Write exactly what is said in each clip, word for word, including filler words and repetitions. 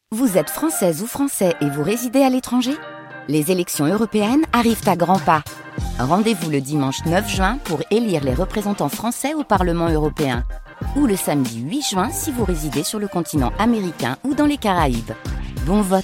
Vous êtes française ou français et vous résidez à l'étranger ? Les élections européennes arrivent à grands pas. Rendez-vous le dimanche neuf juin pour élire les représentants français au Parlement européen. Ou le samedi huit juin si vous résidez sur le continent américain ou dans les Caraïbes. Bon vote!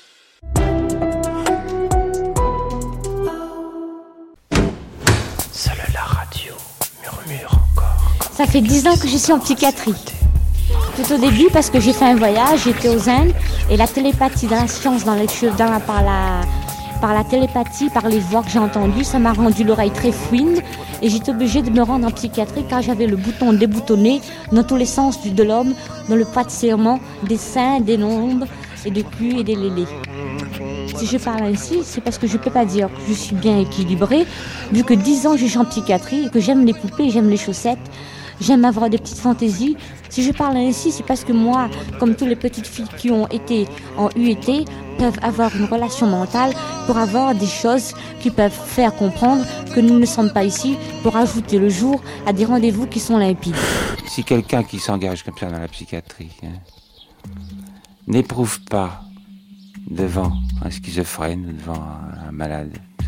Seule la radio murmure encore. Ça fait dix ans que je suis en psychiatrie. Tout au début parce que j'ai fait un voyage, j'étais aux Indes et la télépathie dans la science, dans les cheveux, dans la, par, la, par la télépathie, par les voix que j'ai entendues, ça m'a rendu l'oreille très fouine et j'étais obligée de me rendre en psychiatrie car j'avais le bouton déboutonné dans tous les sens de l'homme, dans le pas de serment, des seins, des nombres et des culs et des lélés. Si je parle ainsi, c'est parce que je ne peux pas dire que je suis bien équilibrée, vu que dix ans je suis en psychiatrie et que j'aime les poupées, j'aime les chaussettes. J'aime avoir des petites fantaisies. Si je parle ainsi, c'est parce que moi, comme toutes les petites filles qui ont été en U E T, peuvent avoir une relation mentale pour avoir des choses qui peuvent faire comprendre que nous ne sommes pas ici pour ajouter le jour à des rendez-vous qui sont limpides. Si quelqu'un qui s'engage comme ça dans la psychiatrie hein, n'éprouve pas devant un schizophrène, devant un malade,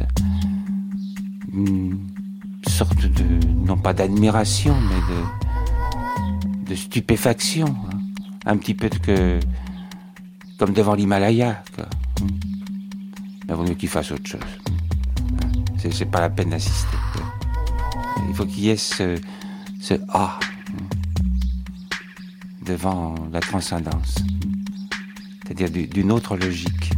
une sorte de, non pas d'admiration, mais de, de stupéfaction, hein. Un petit peu que, comme devant l'Himalaya, quoi. Mais vaut mieux qu'il fasse autre chose. C'est, c'est pas la peine d'assister. Il faut qu'il y ait ce, ce ah devant la transcendance, c'est-à-dire d'une autre logique.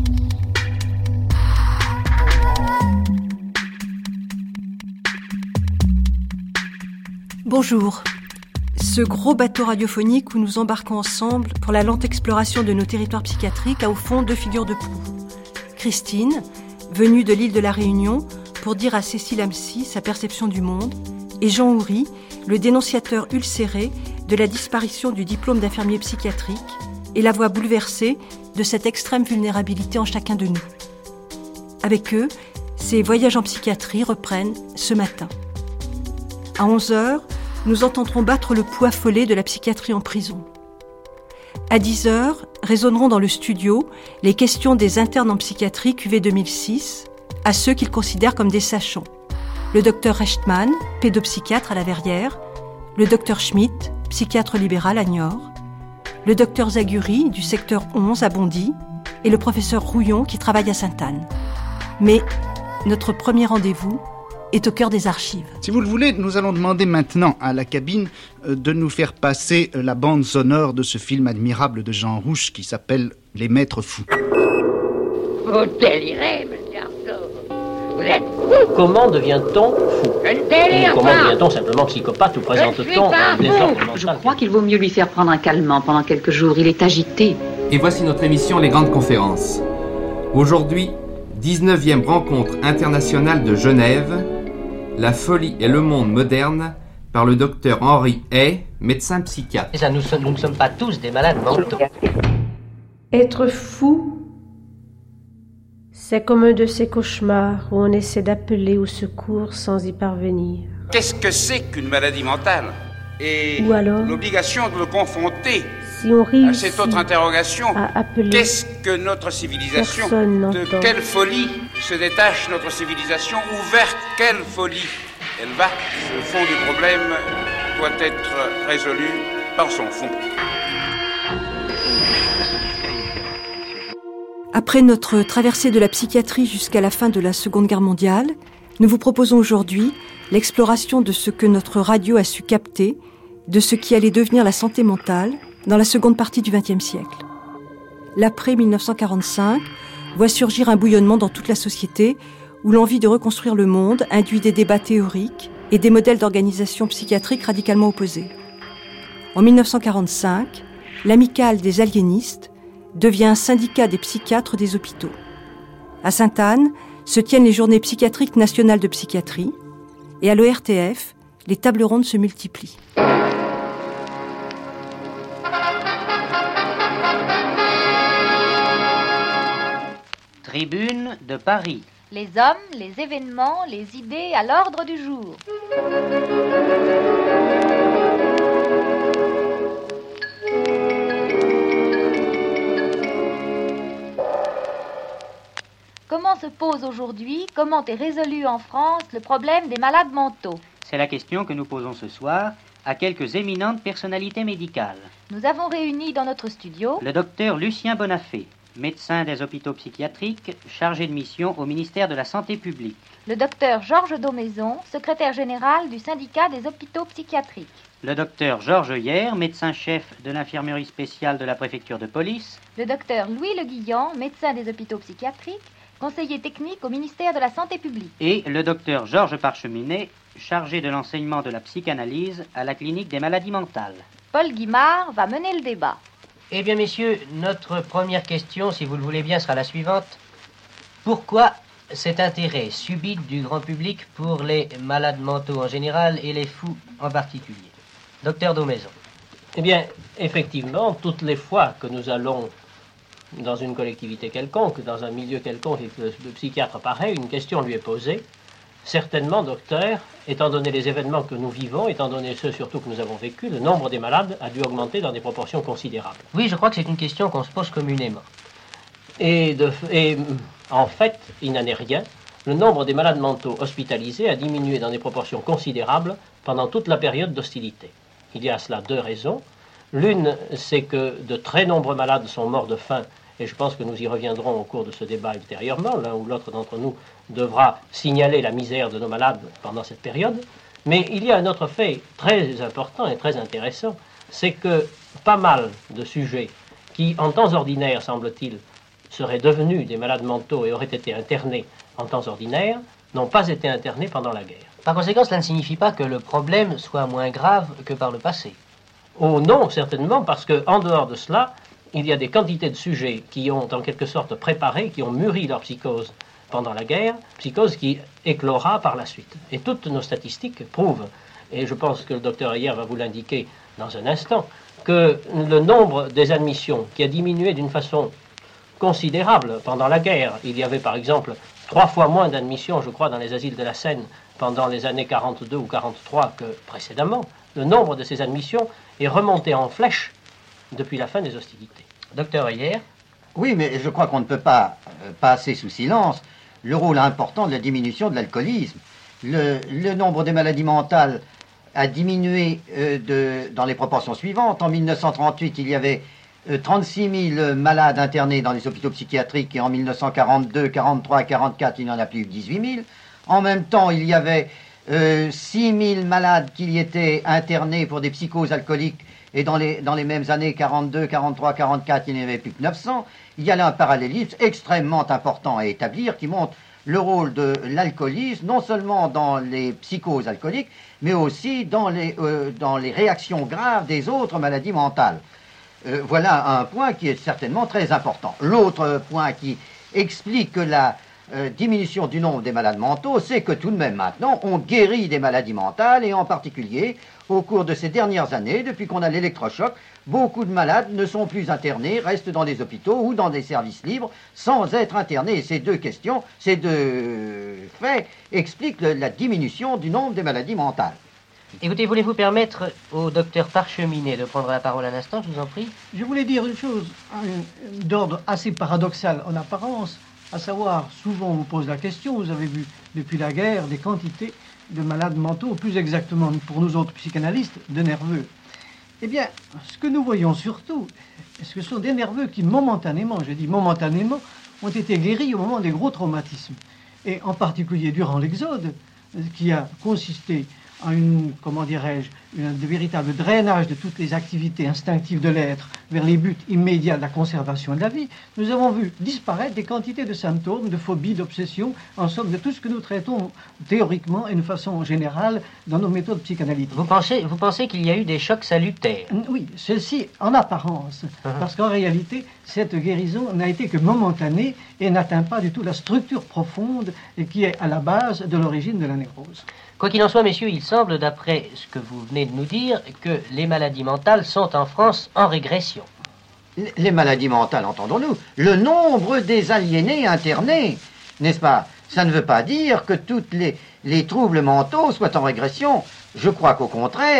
Bonjour. Ce gros bateau radiophonique où nous embarquons ensemble pour la lente exploration de nos territoires psychiatriques a au fond deux figures de proue. Christine, venue de l'île de la Réunion pour dire à Cécile Amcy sa perception du monde, et Jean Houry, le dénonciateur ulcéré de la disparition du diplôme d'infirmier psychiatrique et la voix bouleversée de cette extrême vulnérabilité en chacun de nous. Avec eux, ces voyages en psychiatrie reprennent ce matin. À onze heures, nous entendrons battre le pouls affolé de la psychiatrie en prison. À dix heures, résonneront dans le studio les questions des internes en psychiatrie Q V deux mille six à ceux qu'ils considèrent comme des sachants. Le docteur Rechtmann, pédopsychiatre à la Verrière, le docteur Schmitt, psychiatre libéral à Niort, le docteur Zaguri du secteur onze à Bondy et le professeur Rouillon qui travaille à Sainte-Anne. Mais notre premier rendez-vous est au cœur des archives. Si vous le voulez, nous allons demander maintenant à la cabine de nous faire passer la bande sonore de ce film admirable de Jean Rouch qui s'appelle Les Maîtres Fous. Vous délirez, monsieur Artaud. Vous êtes fou. Comment devient-on fou? Je ne délire Comment pas. devient-on simplement psychopathe ou présente-t-on un désordre mental? Je crois qu'il vaut mieux lui faire prendre un calmant pendant quelques jours. Il est agité. Et voici notre émission Les Grandes Conférences. Aujourd'hui, dix-neuvième rencontre internationale de Genève, La folie et le monde moderne, par le docteur Henri Hay, médecin psychiatre. Et ça, nous, nous ne sommes pas tous des malades mentaux. Être fou, c'est comme un de ces cauchemars où on essaie d'appeler au secours sans y parvenir. Qu'est-ce que c'est qu'une maladie mentale? Et Ou alors, l'obligation de le confronter si on à cette autre interrogation, qu'est-ce que notre civilisation? De quelle folie se détache notre civilisation ou vers quelle folie elle va? Le fond du problème doit être résolu par son fond. Après notre traversée de la psychiatrie jusqu'à la fin de la Seconde Guerre mondiale, nous vous proposons aujourd'hui l'exploration de ce que notre radio a su capter, de ce qui allait devenir la santé mentale dans la seconde partie du vingtième siècle. L'après dix-neuf cent quarante-cinq voit surgir un bouillonnement dans toute la société où l'envie de reconstruire le monde induit des débats théoriques et des modèles d'organisation psychiatrique radicalement opposés. En dix-neuf cent quarante-cinq, l'Amicale des aliénistes devient un syndicat des psychiatres des hôpitaux. À Sainte-Anne se tiennent les journées psychiatriques nationales de psychiatrie et à l'O R T F, les tables rondes se multiplient. Tribune de Paris. Les hommes, les événements, les idées à l'ordre du jour. comment se pose aujourd'hui, comment est résolu en France le problème des malades mentaux? C'est la question que nous posons ce soir à quelques éminentes personnalités médicales. Nous avons réuni dans notre studio le docteur Lucien Bonafé, médecin des hôpitaux psychiatriques, chargé de mission au ministère de la Santé publique. Le docteur Georges Daumaison, secrétaire général du syndicat des hôpitaux psychiatriques. Le docteur Georges Hier, médecin-chef de l'infirmerie spéciale de la préfecture de police. Le docteur Louis Le Guillan, médecin des hôpitaux psychiatriques, conseiller technique au ministère de la Santé publique. Et le docteur Georges Parcheminet, chargé de l'enseignement de la psychanalyse à la clinique des maladies mentales. Paul Guimard va mener le débat. Eh bien, messieurs, notre première question, si vous le voulez bien, sera la suivante. Pourquoi cet intérêt subit du grand public pour les malades mentaux en général et les fous en particulier? Docteur Daumaison. Eh bien, effectivement, toutes les fois que nous allons dans une collectivité quelconque, dans un milieu quelconque, et que le psychiatre apparaît, une question lui est posée. Certainement, docteur, étant donné les événements que nous vivons, étant donné ceux surtout que nous avons vécus, le nombre des malades a dû augmenter dans des proportions considérables. Oui, je crois que c'est une question qu'on se pose communément. Et, de, et en fait, il n'en est rien. Le nombre des malades mentaux hospitalisés a diminué dans des proportions considérables pendant toute la période d'hostilité. Il y a à cela deux raisons. L'une, c'est que de très nombreux malades sont morts de faim, et je pense que nous y reviendrons au cours de ce débat ultérieurement. L'un ou l'autre d'entre nous devra signaler la misère de nos malades pendant cette période. Mais il y a un autre fait très important et très intéressant, c'est que pas mal de sujets qui, en temps ordinaire, semble-t-il, seraient devenus des malades mentaux et auraient été internés en temps ordinaire, n'ont pas été internés pendant la guerre. Par conséquent, cela ne signifie pas que le problème soit moins grave que par le passé. Oh non, certainement, parce qu'en dehors de cela, il y a des quantités de sujets qui ont en quelque sorte préparé, qui ont mûri leur psychose pendant la guerre, psychose qui éclora par la suite. Et toutes nos statistiques prouvent, et je pense que le docteur Hier va vous l'indiquer dans un instant, que le nombre des admissions qui a diminué d'une façon considérable pendant la guerre. Il y avait par exemple trois fois moins d'admissions, je crois, dans les asiles de la Seine pendant les années quarante-deux ou quarante-trois que précédemment. Le nombre de ces admissions est remonté en flèche depuis la fin des hostilités. Docteur Hier. Oui, mais je crois qu'on ne peut pas euh, passer sous silence le rôle important de la diminution de l'alcoolisme. Le, le nombre des maladies mentales a diminué euh, de, dans les proportions suivantes. En mille neuf cent trente-huit, il y avait euh, trente-six mille malades internés dans les hôpitaux psychiatriques, et en mille neuf cent quarante-deux, quarante-trois, quarante-quatre, il n'y en a plus que dix-huit mille. En même temps, il y avait euh, six mille malades qui y étaient internés pour des psychoses alcooliques, et dans les, dans les mêmes années, quarante-deux, quarante-trois, quarante-quatre, il n'y avait plus que neuf cents. Il y a là un parallélisme extrêmement important à établir qui montre le rôle de l'alcoolisme, non seulement dans les psychoses alcooliques, mais aussi dans les, euh, dans les réactions graves des autres maladies mentales. Euh, voilà un point qui est certainement très important. L'autre point qui explique la euh, diminution du nombre des malades mentaux, c'est que tout de même maintenant, on guérit des maladies mentales, et en particulier, au cours de ces dernières années, depuis qu'on a l'électrochoc, beaucoup de malades ne sont plus internés, restent dans des hôpitaux ou dans des services libres sans être internés. Et ces deux questions, ces deux faits expliquent le, la diminution du nombre des maladies mentales. Écoutez, voulez-vous permettre au docteur Parcheminet de prendre la parole un instant, je vous en prie? Je voulais dire une chose d'ordre assez paradoxal en apparence, à savoir, souvent on vous pose la question, vous avez vu depuis la guerre des quantités de malades mentaux, plus exactement pour nous autres psychanalystes, de nerveux. Eh bien, ce que nous voyons surtout, ce sont des nerveux qui momentanément, je dis momentanément, ont été guéris au moment des gros traumatismes. Et en particulier durant l'Exode, qui a consisté en une, comment dirais-je, un véritable drainage de toutes les activités instinctives de l'être vers les buts immédiats de la conservation de la vie, nous avons vu disparaître des quantités de symptômes, de phobies, d'obsessions, en somme de tout ce que nous traitons théoriquement et de façon générale dans nos méthodes psychanalytiques. Vous pensez, vous pensez qu'il y a eu des chocs salutaires? Oui, celle-ci en apparence, uh-huh. Parce qu'en réalité, cette guérison n'a été que momentanée et n'atteint pas du tout la structure profonde et qui est à la base de l'origine de la névrose. Quoi qu'il en soit, messieurs, il semble, d'après ce que vous venez de nous dire, que les maladies mentales sont en France en régression. Les maladies mentales, entendons-nous, le nombre des aliénés internés, n'est-ce pas? Ça ne veut pas dire que tous les, les troubles mentaux soient en régression. Je crois qu'au contraire,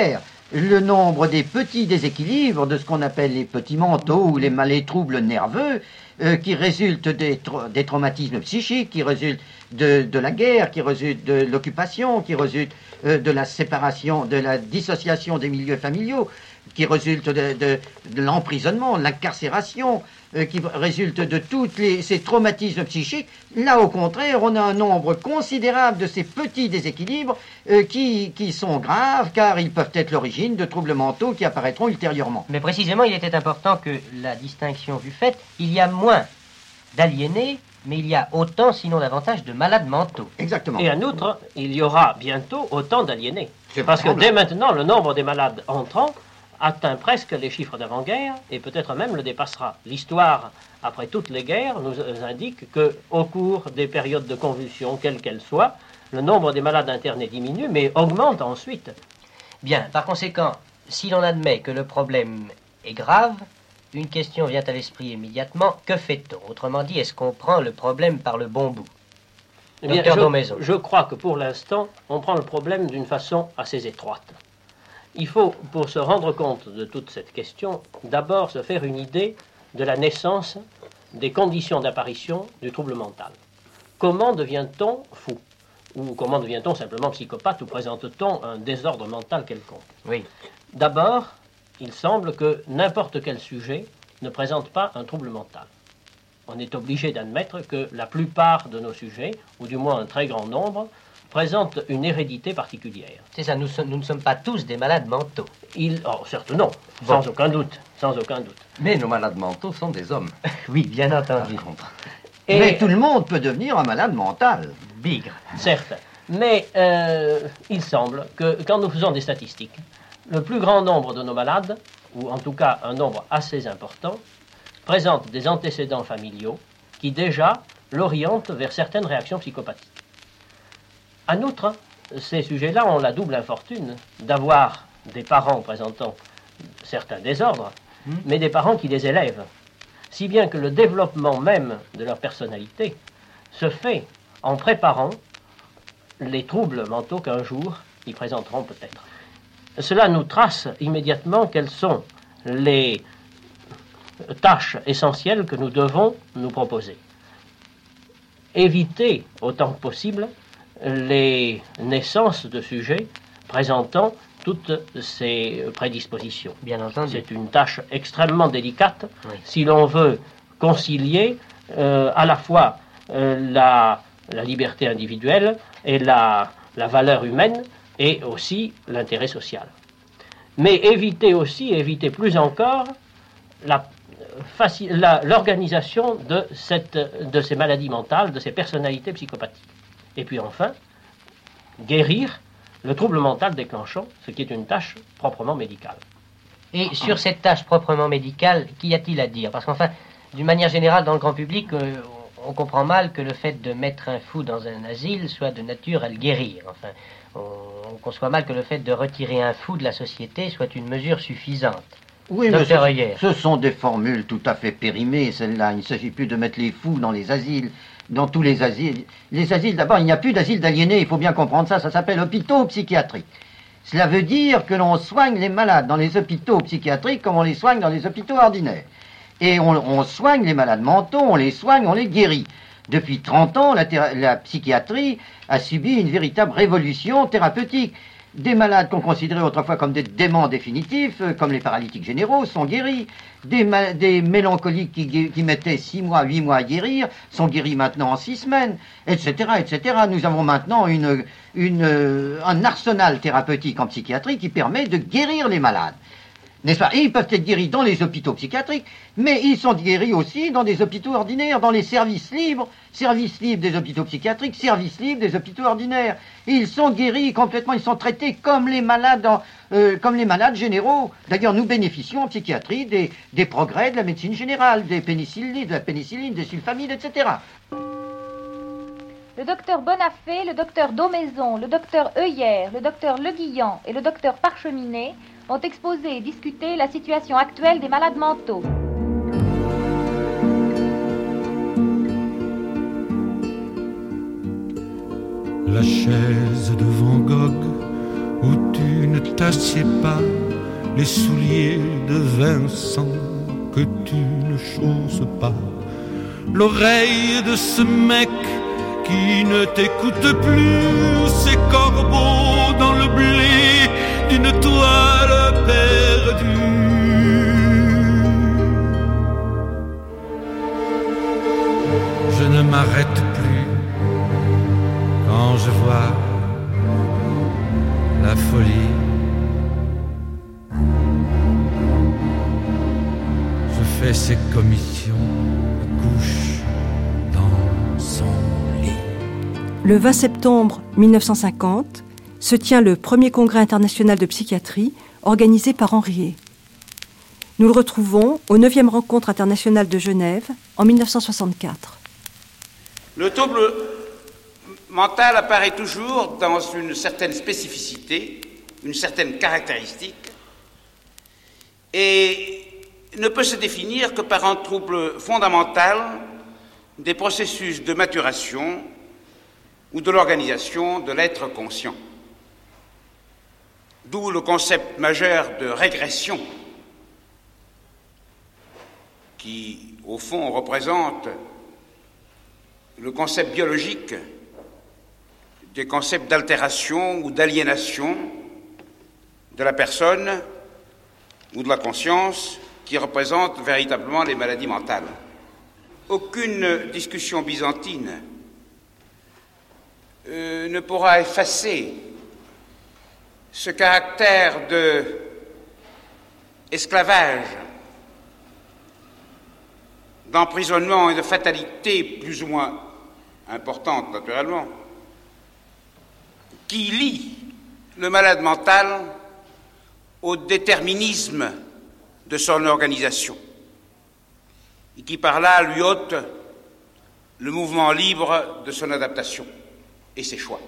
le nombre des petits déséquilibres, de ce qu'on appelle les petits mentaux ou les, les troubles nerveux, euh, qui résultent des, tra des traumatismes psychiques, qui résultent de, de la guerre, qui résultent de l'occupation, qui résultent euh, de la séparation, de la dissociation des milieux familiaux, qui résultent de, de, de l'emprisonnement, de l'incarcération, euh, qui résultent de tous ces traumatismes psychiques. Là, au contraire, on a un nombre considérable de ces petits déséquilibres euh, qui, qui sont graves, car ils peuvent être l'origine de troubles mentaux qui apparaîtront ultérieurement. Mais précisément, il était important que la distinction fût faite. Il y a moins d'aliénés, mais il y a autant, sinon davantage, de malades mentaux. Exactement. Et en outre, il y aura bientôt autant d'aliénés. Parce que dès maintenant, le nombre des malades entrants atteint presque les chiffres d'avant-guerre et peut-être même le dépassera. L'histoire, après toutes les guerres, nous indique qu'au cours des périodes de convulsion, quelles qu'elles soient, le nombre des malades internés diminue, mais augmente ensuite. Bien, par conséquent, si l'on admet que le problème est grave, une question vient à l'esprit immédiatement. Que fait-on? Autrement dit, est-ce qu'on prend le problème par le bon bout? Eh bien, je, je crois que pour l'instant, on prend le problème d'une façon assez étroite. Il faut, pour se rendre compte de toute cette question, d'abord se faire une idée de la naissance des conditions d'apparition du trouble mental. Comment devient-on fou? Ou comment devient-on simplement psychopathe? Ou présente-t-on un désordre mental quelconque? Oui. D'abord, il semble que n'importe quel sujet ne présente pas un trouble mental. On est obligé d'admettre que la plupart de nos sujets, ou du moins un très grand nombre, présentent une hérédité particulière. C'est ça, nous, so nous ne sommes pas tous des malades mentaux. Il... Oh, certes non, sans bon. aucun doute, sans aucun doute. Mais nos malades mentaux sont des hommes. Oui, bien entendu. Et... Mais tout le monde peut devenir un malade mental. Bigre. Certes, mais euh, il semble que quand nous faisons des statistiques, le plus grand nombre de nos malades, ou en tout cas un nombre assez important, présente des antécédents familiaux qui déjà l'orientent vers certaines réactions psychopathiques. En outre, ces sujets-là ont la double infortune d'avoir des parents présentant certains désordres, mmh. mais des parents qui les élèvent, si bien que le développement même de leur personnalité se fait en préparant les troubles mentaux qu'un jour ils présenteront peut-être. Cela nous trace immédiatement quelles sont les tâches essentielles que nous devons nous proposer. Éviter autant que possible les naissances de sujets présentant toutes ces prédispositions. Bien entendu. C'est une tâche extrêmement délicate oui. si l'on veut concilier euh, à la fois euh, la, la liberté individuelle et la, la valeur humaine et aussi l'intérêt social. Mais éviter aussi, éviter plus encore la l'organisation de, cette, de ces maladies mentales, de ces personnalités psychopathiques. Et puis enfin, guérir le trouble mental déclenchant, ce qui est une tâche proprement médicale. Et sur cette tâche proprement médicale, qu'y a-t-il à dire? Parce qu'enfin, d'une manière générale, dans le grand public, euh, on comprend mal que le fait de mettre un fou dans un asile soit de nature à le guérir. Enfin, on, on conçoit mal que le fait de retirer un fou de la société soit une mesure suffisante. Oui, mais ce, ce sont des formules tout à fait périmées, celles-là. Il ne s'agit plus de mettre les fous dans les asiles, dans tous les asiles. Les asiles, d'abord, il n'y a plus d'asile d'aliénés, il faut bien comprendre ça, ça s'appelle hôpitaux psychiatriques. Cela veut dire que l'on soigne les malades dans les hôpitaux psychiatriques comme on les soigne dans les hôpitaux ordinaires. Et on, on soigne les malades mentaux, on les soigne, on les guérit. Depuis trente ans, la, la psychiatrie a subi une véritable révolution thérapeutique. Des malades qu'on considérait autrefois comme des déments définitifs, comme les paralytiques généraux, sont guéris. Des, des mélancoliques qui, qui mettaient six mois, huit mois à guérir, sont guéris maintenant en six semaines, et cetera, et cetera. Nous avons maintenant une, une, un arsenal thérapeutique en psychiatrie qui permet de guérir les malades. N'est-ce pas? Et ils peuvent être guéris dans les hôpitaux psychiatriques, mais ils sont guéris aussi dans des hôpitaux ordinaires, dans les services libres, services libres des hôpitaux psychiatriques, services libres des hôpitaux ordinaires. Et ils sont guéris complètement, ils sont traités comme les malades, en, euh, comme les malades généraux. D'ailleurs, nous bénéficions en psychiatrie des, des progrès de la médecine générale, des pénicillines, de la pénicilline, des sulfamides, et cetera. Le docteur Bonafé, le docteur Daumaison, le docteur Heuillère, le docteur Le Guillan et le docteur Parcheminet ont exposé et discuté la situation actuelle des malades mentaux. La chaise de Van Gogh où tu ne t'assieds pas, les souliers de Vincent que tu ne chausses pas, l'oreille de ce mec qui ne t'écoute plus, ces corbeaux dans le blé d'une toile perdue. Je ne m'arrête plus quand je vois la folie. Je fais ses commissions, me couche dans son lit. Le vingt septembre mille neuf cent cinquante se tient le premier congrès international de psychiatrie organisé par Henriet. Nous le retrouvons aux neuvième rencontre internationale de Genève en mille neuf cent soixante-quatre. Le trouble mental apparaît toujours dans une certaine spécificité, une certaine caractéristique, et ne peut se définir que par un trouble fondamental des processus de maturation ou de l'organisation de l'être conscient. D'où le concept majeur de régression qui, au fond, représente le concept biologique des concepts d'altération ou d'aliénation de la personne ou de la conscience qui représentent véritablement les maladies mentales. Aucune discussion byzantine euh, ne pourra effacer ce caractère de esclavage, d'emprisonnement et de fatalité plus ou moins importante, naturellement, qui lie le malade mental au déterminisme de son organisation et qui par là lui ôte le mouvement libre de son adaptation et ses choix.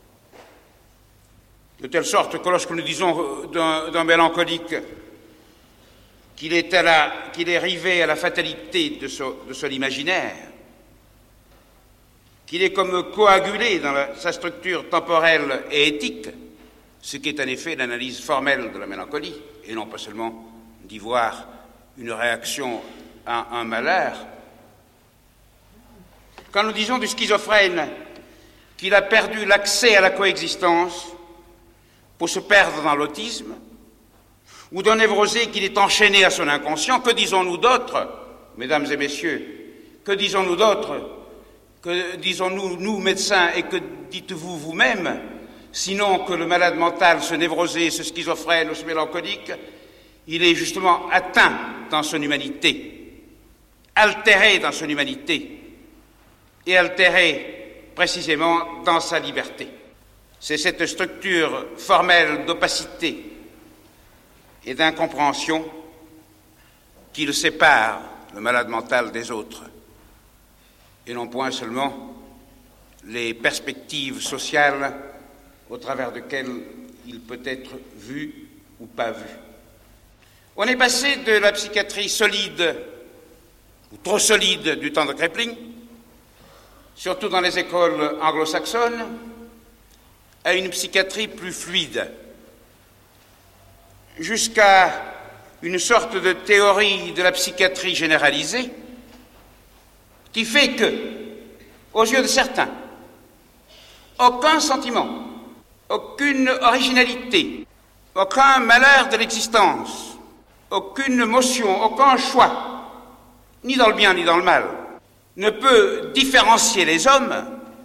De telle sorte que lorsque nous disons d'un, d'un mélancolique qu'il est, à la, qu'il est arrivé à la fatalité de son, de son imaginaire, qu'il est comme coagulé dans la, sa structure temporelle et éthique, ce qui est en effet l'analyse formelle de la mélancolie, et non pas seulement d'y voir une réaction à un malheur. Quand nous disons du schizophrène qu'il a perdu l'accès à la coexistence pour se perdre dans l'autisme, ou d'un névrosé qu'il est enchaîné à son inconscient, que disons-nous d'autre, mesdames et messieurs, que disons-nous d'autre, que disons-nous, nous médecins, et que dites-vous vous-même, sinon que le malade mental, ce névrosé, ce schizophrène ou ce mélancolique, il est justement atteint dans son humanité, altéré dans son humanité, et altéré précisément dans sa liberté. C'est cette structure formelle d'opacité et d'incompréhension qui le sépare, le malade mental, des autres, et non point seulement les perspectives sociales au travers desquelles il peut être vu ou pas vu. On est passé de la psychiatrie solide, ou trop solide, du temps de Kraepelin, surtout dans les écoles anglo-saxonnes, à une psychiatrie plus fluide, jusqu'à une sorte de théorie de la psychiatrie généralisée qui fait que, aux yeux de certains, aucun sentiment, aucune originalité, aucun malheur de l'existence, aucune motion, aucun choix, ni dans le bien ni dans le mal, ne peut différencier les hommes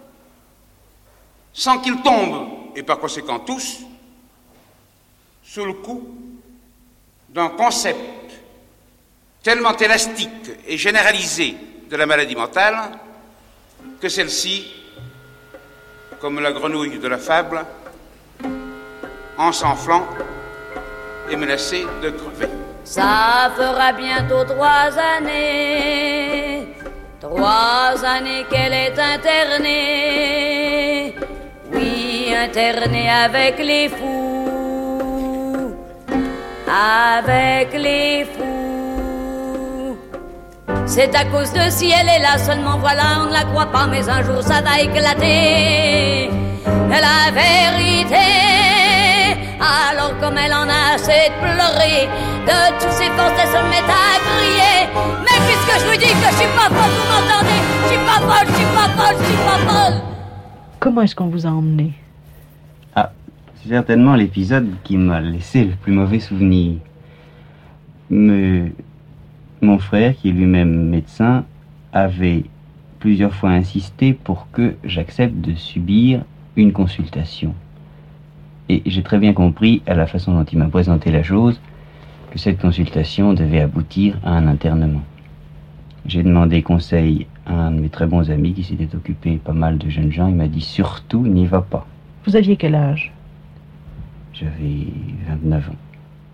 sans qu'ils tombent, et par conséquent tous, sous le coup d'un concept tellement élastique et généralisé de la maladie mentale que celle-ci, comme la grenouille de la fable, en s'enflant, est menacée de crever. Ça fera bientôt trois années, trois années qu'elle est internée, oui, internée avec les fous, avec les fous. C'est à cause de si elle est là seulement, voilà, on ne la croit pas, mais un jour ça va éclater. La vérité, Alors comme elle en a assez de pleurer, de tous ses forces elle se met à crier. Mais puisque je vous dis que je suis pas folle, vous m'entendez? Je suis pas folle, je suis pas folle, je suis pas folle. Comment est-ce qu'on vous a emmené? Ah, c'est certainement l'épisode qui m'a laissé le plus mauvais souvenir. Mais mon frère, qui est lui-même médecin, avait plusieurs fois insisté pour que j'accepte de subir une consultation. Et j'ai très bien compris, à la façon dont il m'a présenté la chose, que cette consultation devait aboutir à un internement. J'ai demandé conseil à un de mes très bons amis qui s'était occupé pas mal de jeunes gens. Il m'a dit surtout n'y va pas. Vous aviez quel âge? J'avais vingt-neuf ans.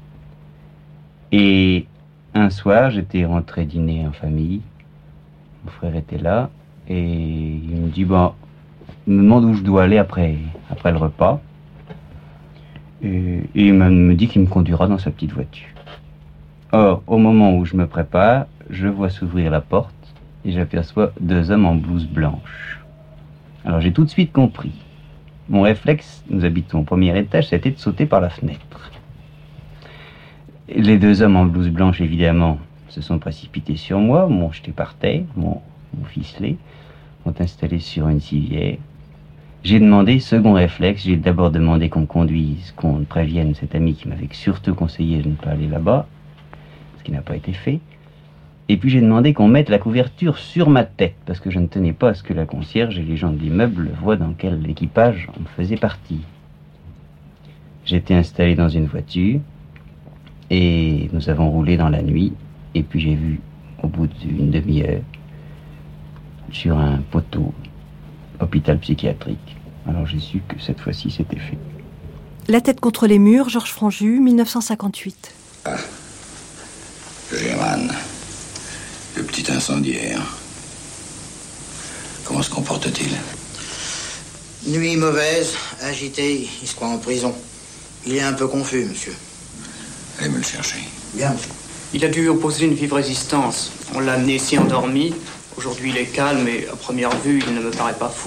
Et un soir, j'étais rentré dîner en famille. Mon frère était là et il me dit bon, il me demande où je dois aller après, après le repas. Et, et il me dit qu'il me conduira dans sa petite voiture. Or, au moment où je me prépare, je vois s'ouvrir la porte et j'aperçois deux hommes en blouse blanche. Alors j'ai tout de suite compris. Mon réflexe, nous habitons au premier étage, c'était de sauter par la fenêtre. Les deux hommes en blouse blanche, évidemment, se sont précipités sur moi, m'ont jeté par terre, m'ont ficelé, m'ont installé sur une civière. J'ai demandé, second réflexe, j'ai d'abord demandé qu'on me conduise, qu'on prévienne cet ami qui m'avait surtout conseillé de ne pas aller là-bas, ce qui n'a pas été fait. Et puis j'ai demandé qu'on mette la couverture sur ma tête, parce que je ne tenais pas à ce que la concierge et les gens de l'immeuble voient dans quel équipage on me faisait partie. J'étais installé dans une voiture, et nous avons roulé dans la nuit, et puis j'ai vu, au bout d'une demi-heure, sur un poteau, hôpital psychiatrique. Alors j'ai su que cette fois-ci c'était fait. La tête contre les murs, Georges Franju, mille neuf cent cinquante-huit. Ah, German, le petit incendiaire. Comment se comporte-t-il? Nuit mauvaise, agité, il se croit en prison. Il est un peu confus, monsieur. Allez me le chercher. Bien, monsieur. Il a dû opposer une vive résistance. On l'a amené ici endormi. Aujourd'hui, il est calme et à première vue, il ne me paraît pas fou.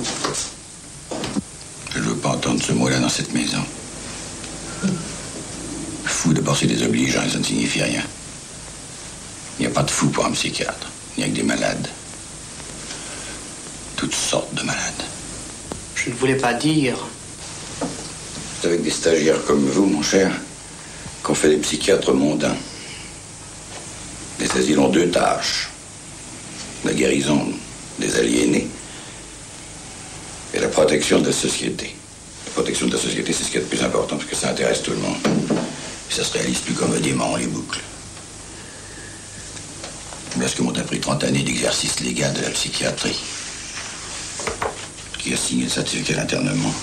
Je ne veux pas entendre ce mot-là dans cette maison. Fou, d'abord, c'est désobligeant et ça ne signifie rien. Il n'y a pas de fou pour un psychiatre. Il n'y a que des malades. Toutes sortes de malades. Je ne voulais pas dire... C'est avec des stagiaires comme vous, mon cher, qu'on fait des psychiatres mondains. Les asiles ont deux tâches. La guérison des aliénés et la protection de la société. La protection de la société, c'est ce qui est le plus important parce que ça intéresse tout le monde. Et ça se réalise plus commodément, on les boucle. Parce que m'ont appris trente années d'exercice légal de la psychiatrie. Qui a signé le certificat d'internement?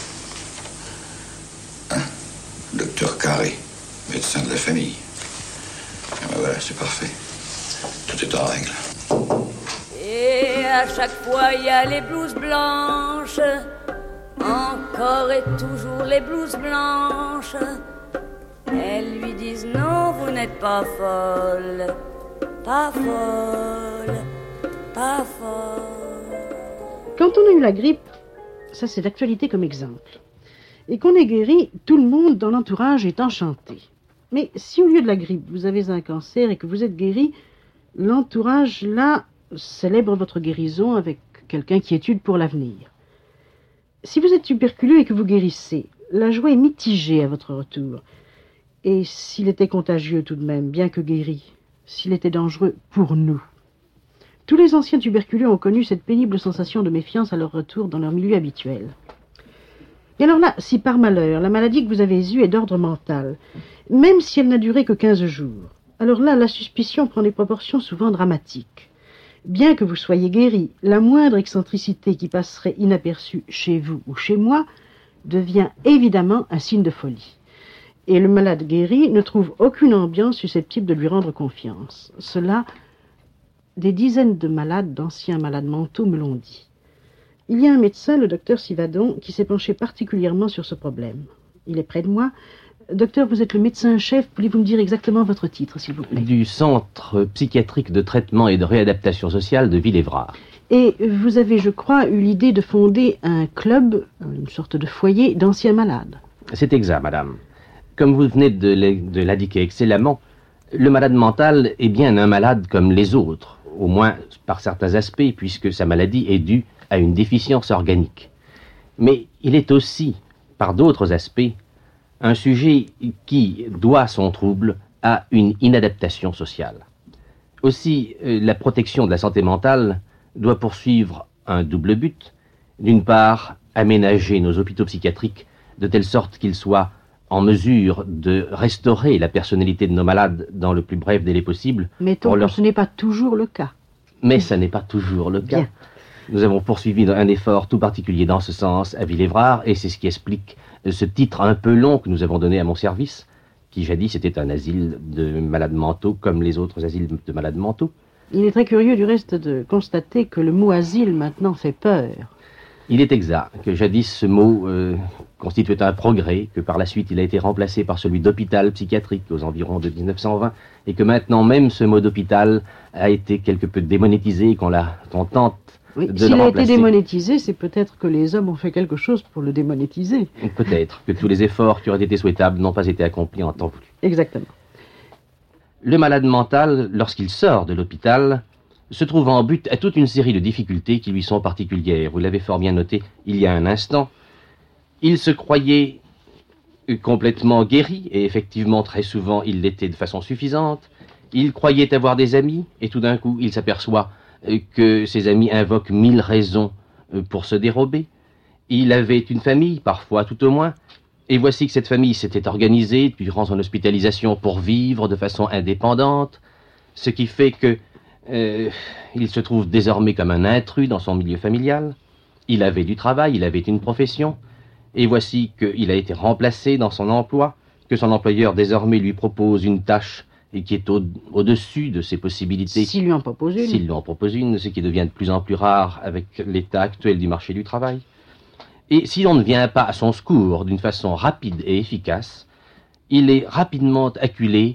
Hein? Docteur Carré, médecin de la famille. Ah ben voilà, c'est parfait. Tout est en règle. Et à chaque fois il y a les blouses blanches, encore et toujours les blouses blanches. Elles lui disent non, vous n'êtes pas folle, pas folle, pas folle. Quand on a eu la grippe, ça c'est d'actualité comme exemple, et qu'on est guéri, tout le monde dans l'entourage est enchanté. Mais si au lieu de la grippe, vous avez un cancer et que vous êtes guéri, l'entourage là célèbre votre guérison avec quelqu'un qui étude pour l'avenir. Si vous êtes tuberculeux et que vous guérissez, la joie est mitigée à votre retour. Et s'il était contagieux tout de même, bien que guéri, s'il était dangereux pour nous. Tous les anciens tuberculeux ont connu cette pénible sensation de méfiance à leur retour dans leur milieu habituel. Et alors là, si par malheur, la maladie que vous avez eue est d'ordre mental, même si elle n'a duré que quinze jours, alors là, la suspicion prend des proportions souvent dramatiques. Bien que vous soyez guéri, la moindre excentricité qui passerait inaperçue chez vous ou chez moi devient évidemment un signe de folie. Et le malade guéri ne trouve aucune ambiance susceptible de lui rendre confiance. Cela, des dizaines de malades, d'anciens malades mentaux me l'ont dit. Il y a un médecin, le docteur Sivadon, qui s'est penché particulièrement sur ce problème. Il est près de moi. Docteur, vous êtes le médecin-chef. Voulez-vous me dire exactement votre titre, s'il vous plaît? Du Centre psychiatrique de traitement et de réadaptation sociale de Villévrard. Et vous avez, je crois, eu l'idée de fonder un club, une sorte de foyer d'anciens malades. C'est exact, madame. Comme vous venez de l'indiquer excellemment, le malade mental est bien un malade comme les autres, au moins par certains aspects, puisque sa maladie est due à une déficience organique. Mais il est aussi, par d'autres aspects, un sujet qui doit son trouble à une inadaptation sociale. Aussi, la protection de la santé mentale doit poursuivre un double but. D'une part, aménager nos hôpitaux psychiatriques de telle sorte qu'ils soient en mesure de restaurer la personnalité de nos malades dans le plus bref délai possible. Mettons leur... que ce n'est pas toujours le cas. Mais ce n'est pas toujours le cas. Bien. Nous avons poursuivi un effort tout particulier dans ce sens à Villévrard, et c'est ce qui explique ce titre un peu long que nous avons donné à mon service, qui jadis était un asile de malades mentaux comme les autres asiles de malades mentaux. Il est très curieux du reste de constater que le mot asile maintenant fait peur. Il est exact que jadis ce mot euh, constituait un progrès, que par la suite il a été remplacé par celui d'hôpital psychiatrique aux environs de dix-neuf cent vingt, et que maintenant même ce mot d'hôpital a été quelque peu démonétisé et qu'on l'a, qu'on tente oui, de s'il le remplacer. a été démonétisé, c'est peut-être que les hommes ont fait quelque chose pour le démonétiser. Peut-être que tous les efforts qui auraient été souhaitables n'ont pas été accomplis en temps voulu. Exactement. Le malade mental, lorsqu'il sort de l'hôpital, se trouve en but à toute une série de difficultés qui lui sont particulières. Vous l'avez fort bien noté il y a un instant. Il se croyait complètement guéri, et effectivement très souvent il l'était de façon suffisante. Il croyait avoir des amis, et tout d'un coup il s'aperçoit que ses amis invoquent mille raisons pour se dérober. Il avait une famille, parfois tout au moins, et voici que cette famille s'était organisée durant son hospitalisation pour vivre de façon indépendante, ce qui fait que Euh, il se trouve désormais comme un intrus dans son milieu familial. Il avait du travail, il avait une profession, et voici qu'il a été remplacé dans son emploi, que son employeur désormais lui propose une tâche et qui est au, au-dessus de ses possibilités. S'il lui en propose une. S'il lui en propose une, ce qui devient de plus en plus rare avec l'état actuel du marché du travail. Et si l'on ne vient pas à son secours d'une façon rapide et efficace, il est rapidement acculé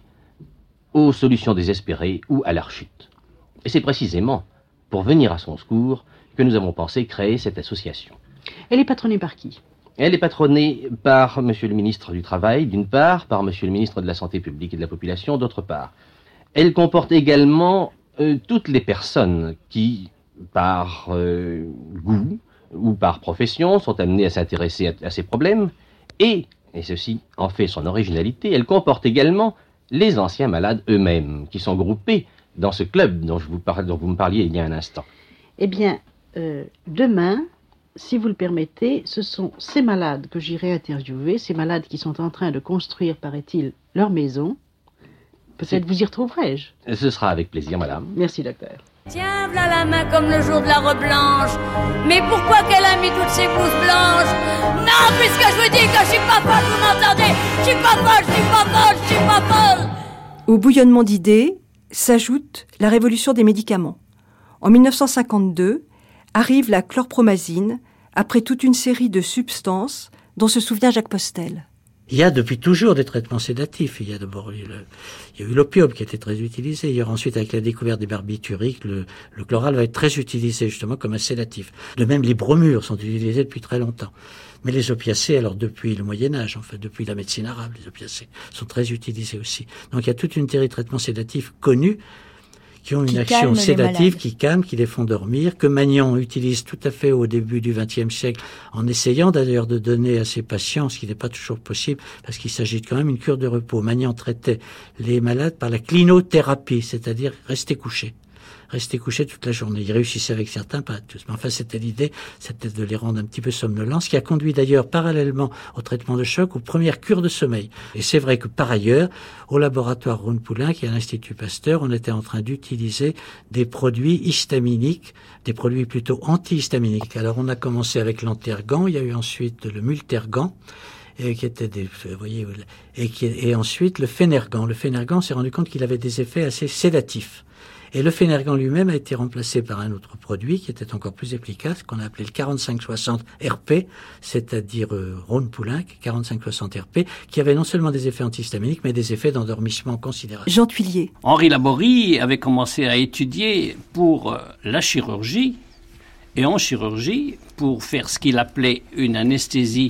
aux solutions désespérées ou à la rechute. Et c'est précisément pour venir à son secours que nous avons pensé créer cette association. Elle est patronnée par qui? Elle est patronnée par Monsieur le ministre du Travail, d'une part, par Monsieur le ministre de la Santé publique et de la Population, d'autre part. Elle comporte également euh, toutes les personnes qui, par euh, goût ou par profession, sont amenées à s'intéresser à, à ces problèmes, et, et ceci en fait son originalité, elle comporte également les anciens malades eux-mêmes, qui sont groupés dans ce club dont, je vous parle, dont vous me parliez il y a un instant. Eh bien, euh, demain, si vous le permettez, ce sont ces malades que j'irai interviewer, ces malades qui sont en train de construire, paraît-il, leur maison. Peut-être vous y retrouverai-je. Ce sera avec plaisir, madame. Merci, docteur. Tiens, v'là la main comme le jour de la robe blanche. Mais pourquoi qu'elle a mis toutes ces blouses blanches? Non, puisque je vous dis que je suis pas folle, vous m'entendez? Je suis pas folle, je suis pas folle, je suis pas folle. Au bouillonnement d'idées s'ajoute la révolution des médicaments. En mille neuf cent cinquante-deux, arrive la chlorpromazine, après toute une série de substances dont se souvient Jacques Postel. Il y a depuis toujours des traitements sédatifs. Il y a d'abord eu, le, il y a eu l'opium qui a été très utilisé. Il y aura ensuite, avec la découverte des barbituriques, le, le chloral va être très utilisé justement comme un sédatif. De même, les bromures sont utilisés depuis très longtemps. Mais les opiacés, alors depuis le Moyen-Âge, en fait, depuis la médecine arabe, les opiacés sont très utilisés aussi. Donc il y a toute une série de traitements sédatifs connus qui ont une qui action sédative, qui calme, qui les font dormir, que Magnan utilise tout à fait au début du vingtième siècle, en essayant d'ailleurs de donner à ses patients, ce qui n'est pas toujours possible, parce qu'il s'agit quand même d'une cure de repos. Magnan traitait les malades par la clinothérapie, c'est-à-dire rester couché. Rester couché toute la journée. Il réussissait avec certains, pas tous. Mais enfin, c'était l'idée, c'était de les rendre un petit peu somnolents, ce qui a conduit d'ailleurs parallèlement au traitement de choc, aux premières cures de sommeil. Et c'est vrai que par ailleurs, au laboratoire Rhône-Poulenc, qui est à l'Institut Pasteur, on était en train d'utiliser des produits histaminiques, des produits plutôt antihistaminiques. Alors on a commencé avec l'antergan, il y a eu ensuite le multergan, et qui était des, vous voyez, et, qui, et ensuite le phénergan. Le phénergan s'est rendu compte qu'il avait des effets assez sédatifs. Et le phénergan lui-même a été remplacé par un autre produit qui était encore plus efficace, qu'on a appelé le quarante-cinq soixante R P, c'est-à-dire euh, Rhône-Poulenc, quarante-cinq soixante R P, qui avait non seulement des effets antihistaminiques, mais des effets d'endormissement considérables. Jean Thuillier. Henri Laborie avait commencé à étudier pour euh, la chirurgie, et en chirurgie, pour faire ce qu'il appelait une anesthésie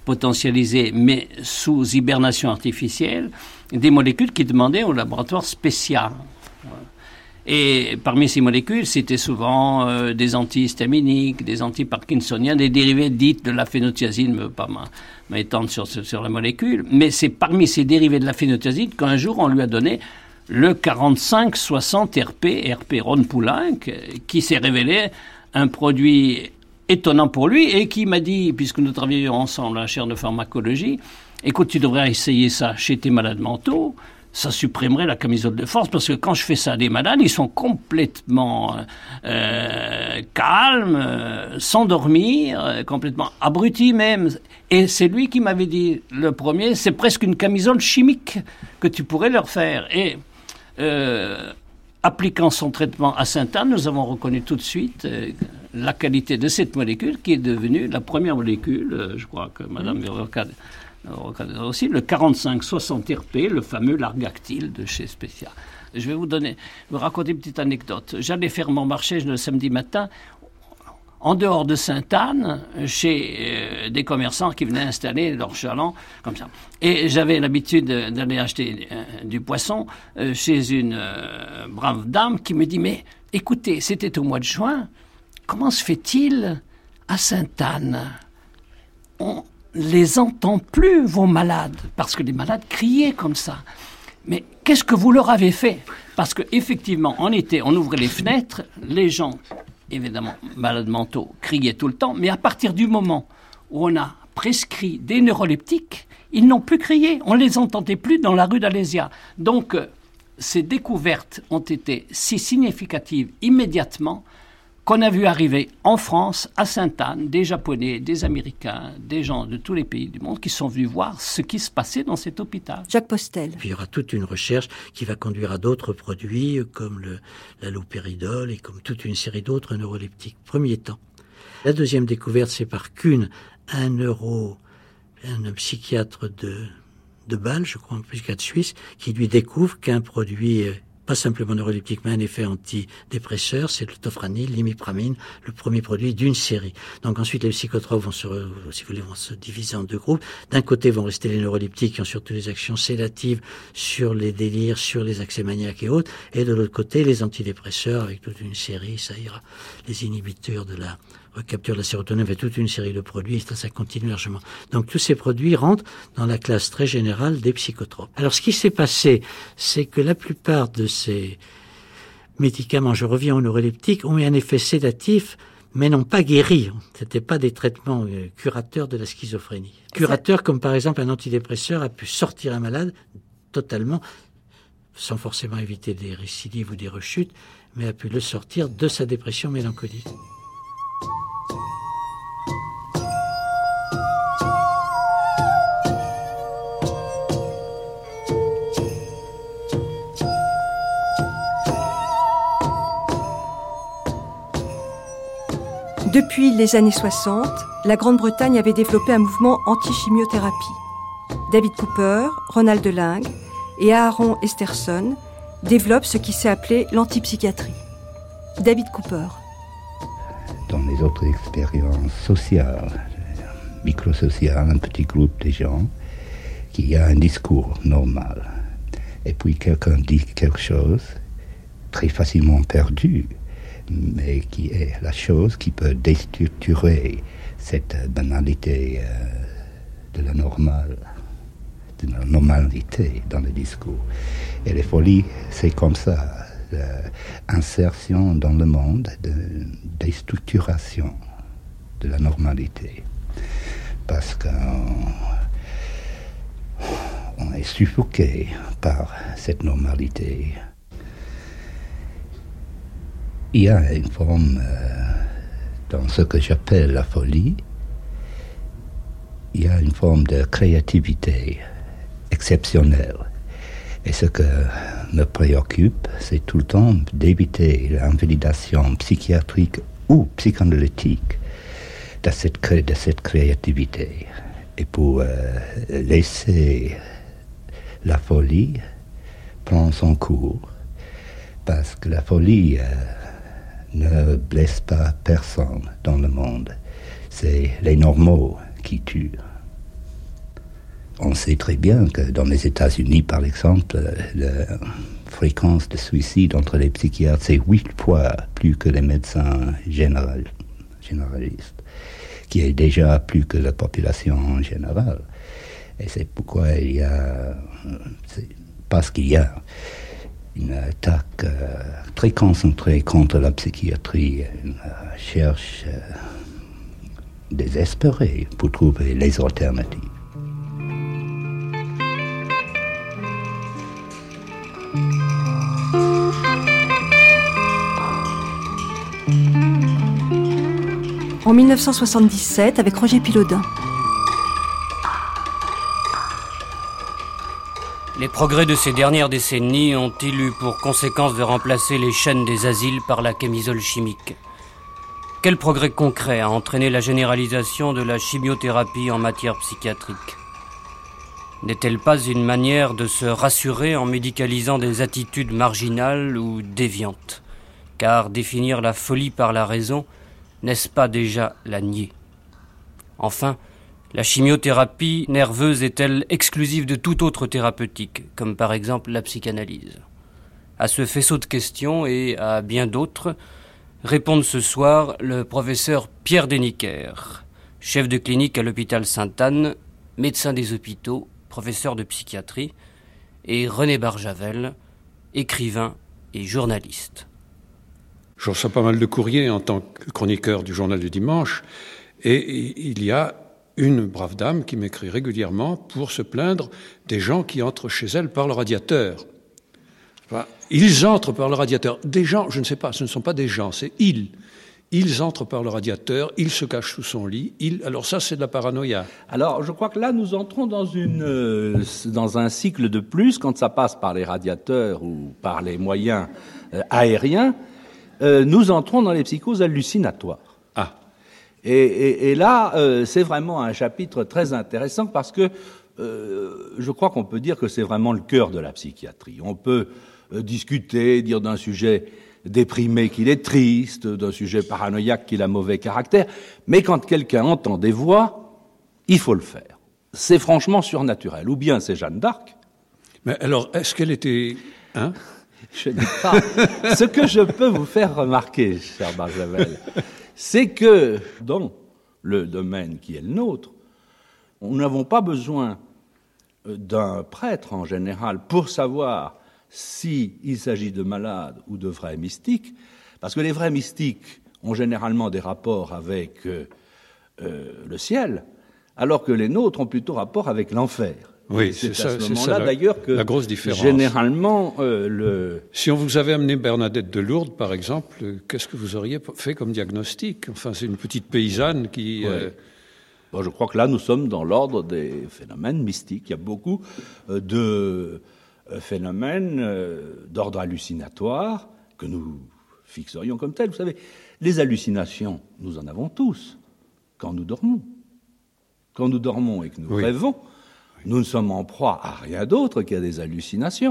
potentialisées, mais sous hibernation artificielle, des molécules qui demandaient au laboratoire spécial. Et parmi ces molécules, c'était souvent euh, des antihistaminiques, des antiparkinsoniens, des dérivés dits de la phénothiazine, ne veux pas m'étendre sur, sur la molécule, mais c'est parmi ces dérivés de la phénothiazine qu'un jour on lui a donné le quarante-cinq soixante R P, R P Ron-Poulenc, qui s'est révélé un produit étonnant pour lui et qui m'a dit, puisque nous travaillions ensemble à la chaire de pharmacologie, écoute, tu devrais essayer ça chez tes malades mentaux. Ça supprimerait la camisole de force, parce que quand je fais ça à des malades, ils sont complètement euh, calmes, euh, sans dormir, euh, complètement abrutis même. Et c'est lui qui m'avait dit, le premier, c'est presque une camisole chimique que tu pourrais leur faire. Et euh, appliquant son traitement à Sainte-Anne, nous avons reconnu tout de suite euh, la qualité de cette molécule, qui est devenue la première molécule, euh, je crois que Mme Verocade aussi, le quarante-cinq soixante R P, le fameux Largactil de chez Specia. Je vais vous donner, vous raconter une petite anecdote. J'allais faire mon marché le samedi matin, en dehors de Sainte-Anne, chez euh, des commerçants qui venaient installer leurs chalands, comme ça. Et j'avais l'habitude d'aller acheter euh, du poisson euh, chez une euh, brave dame qui me dit, mais écoutez, c'était au mois de juin, comment se fait-il à Sainte-Anne? On les entend plus, vos malades, parce que les malades criaient comme ça. Mais qu'est-ce que vous leur avez fait? Parce qu'effectivement, en été, on ouvrait les fenêtres, les gens, évidemment, malades mentaux, criaient tout le temps, mais à partir du moment où on a prescrit des neuroleptiques, ils n'ont plus crié, on ne les entendait plus dans la rue d'Alésia. Donc, euh, ces découvertes ont été si significatives immédiatement qu'on a vu arriver en France, à Sainte-Anne, des Japonais, des Américains, des gens de tous les pays du monde qui sont venus voir ce qui se passait dans cet hôpital. Jacques Postel. Puis il y aura toute une recherche qui va conduire à d'autres produits comme le, l'allopéridol et comme toute une série d'autres neuroleptiques. Premier temps. La deuxième découverte, c'est par Kuhn, un neuro, un psychiatre de, de Bâle, je crois, un psychiatre suisse, qui lui découvre qu'un produit pas simplement neuroleptique, mais un effet antidépresseur, c'est le tofranil, l'imipramine, le premier produit d'une série. Donc ensuite, les psychotropes vont se, si vous voulez, vont se diviser en deux groupes. D'un côté vont rester les neuroleptiques qui ont surtout des actions sédatives sur les délires, sur les accès maniaques et autres. Et de l'autre côté, les antidépresseurs avec toute une série, ça ira, les inhibiteurs de la recapture de la sérotonine avec toute une série de produits, et ça, ça continue largement. Donc tous ces produits rentrent dans la classe très générale des psychotropes. Alors ce qui s'est passé, c'est que la plupart de ces médicaments, je reviens aux neuroleptiques, ont eu un effet sédatif, mais n'ont pas guéri. C'était pas des traitements euh, curateurs de la schizophrénie. Curateurs comme par exemple un antidépresseur a pu sortir un malade totalement, sans forcément éviter des récidives ou des rechutes, mais a pu le sortir de sa dépression mélancolique. Depuis les années soixante, la Grande-Bretagne avait développé un mouvement anti-chimiothérapie. David Cooper, Ronald Delingue et Aaron Esterson développent ce qui s'est appelé l'antipsychiatrie. David Cooper. Dans les autres expériences sociales, microsociales, un petit groupe de gens, qui a un discours normal. Et puis quelqu'un dit quelque chose, très facilement perdu, mais qui est la chose qui peut déstructurer cette banalité euh, de la normale, de la normalité dans le discours. Et les folies, c'est comme ça, l'insertion dans le monde, de déstructuration de la normalité. Parce qu'on on est suffoqué par cette normalité. Il y a une forme, euh, dans ce que j'appelle la folie, il y a une forme de créativité exceptionnelle. Et ce que me préoccupe, c'est tout le temps d'éviter l'invalidation psychiatrique ou psychanalytique de cette, cré- de cette créativité. Et pour euh, laisser la folie prendre son cours, parce que la folie euh, ne blesse pas personne dans le monde. C'est les normaux qui tuent. on sait très bien que dans les États-Unis, par exemple, la fréquence de suicide entre les psychiatres, c'est huit fois plus que les médecins général, généralistes, qui est déjà plus que la population en général. Et c'est pourquoi il y a... C'est parce qu'il y a une attaque euh, très concentrée contre la psychiatrie, une recherche euh, désespérée pour trouver les alternatives. En mille neuf cent soixante-dix-sept, avec Roger Pilaudin. Les progrès de ces dernières décennies ont-ils eu pour conséquence de remplacer les chaînes des asiles par la camisole chimique ? Quel progrès concret a entraîné la généralisation de la chimiothérapie en matière psychiatrique ? N'est-elle pas une manière de se rassurer en médicalisant des attitudes marginales ou déviantes ? Car définir la folie par la raison, n'est-ce pas déjà la nier ? Enfin, la chimiothérapie nerveuse est-elle exclusive de toute autre thérapeutique, comme par exemple la psychanalyse ? À ce faisceau de questions et à bien d'autres, répondent ce soir le professeur Pierre Déniker, chef de clinique à l'hôpital Sainte-Anne, médecin des hôpitaux, professeur de psychiatrie, et René Barjavel, écrivain et journaliste. Je reçois pas mal de courriers en tant que chroniqueur du Journal du Dimanche, et il y a une brave dame qui m'écrit régulièrement pour se plaindre des gens qui entrent chez elle par le radiateur. Enfin, ils entrent par le radiateur. Des gens, je ne sais pas, ce ne sont pas des gens, c'est ils. Ils entrent par le radiateur, ils se cachent sous son lit. Ils... Alors ça, c'est de la paranoïa. Alors, je crois que là, nous entrons dans, une, euh, dans un cycle de plus, quand ça passe par les radiateurs ou par les moyens euh, aériens, euh, nous entrons dans les psychoses hallucinatoires. Ah. Et, et, et là, euh, c'est vraiment un chapitre très intéressant parce que euh, je crois qu'on peut dire que c'est vraiment le cœur de la psychiatrie. On peut euh, discuter, dire d'un sujet déprimé qu'il est triste, d'un sujet paranoïaque qu'il a mauvais caractère, mais quand quelqu'un entend des voix, il faut le faire. C'est franchement surnaturel. Ou bien c'est Jeanne d'Arc. Mais alors, est-ce qu'elle était... Hein Je ne dis pas. Ce que je peux vous faire remarquer, cher Barjavel, c'est que dans le domaine qui est le nôtre, nous n'avons pas besoin d'un prêtre en général pour savoir s'il s'agit de malades ou de vrais mystiques, parce que les vrais mystiques ont généralement des rapports avec euh, euh, le ciel, alors que les nôtres ont plutôt rapport avec l'enfer. Oui, c'est, c'est à ça, ce c'est moment-là ça la, d'ailleurs que la grosse différence. Généralement, euh, le. Si on vous avait amené Bernadette de Lourdes, par exemple, qu'est-ce que vous auriez fait comme diagnostic ? Enfin, c'est une petite paysanne qui. Oui. Euh... Bon, je crois que là, nous sommes dans l'ordre des phénomènes mystiques. Il y a beaucoup euh, de euh, phénomènes euh, d'ordre hallucinatoire que nous fixerions comme tels. Vous savez, les hallucinations, nous en avons tous quand nous dormons. Quand nous dormons et que nous oui. rêvons, nous ne sommes en proie à rien d'autre qu'à des hallucinations.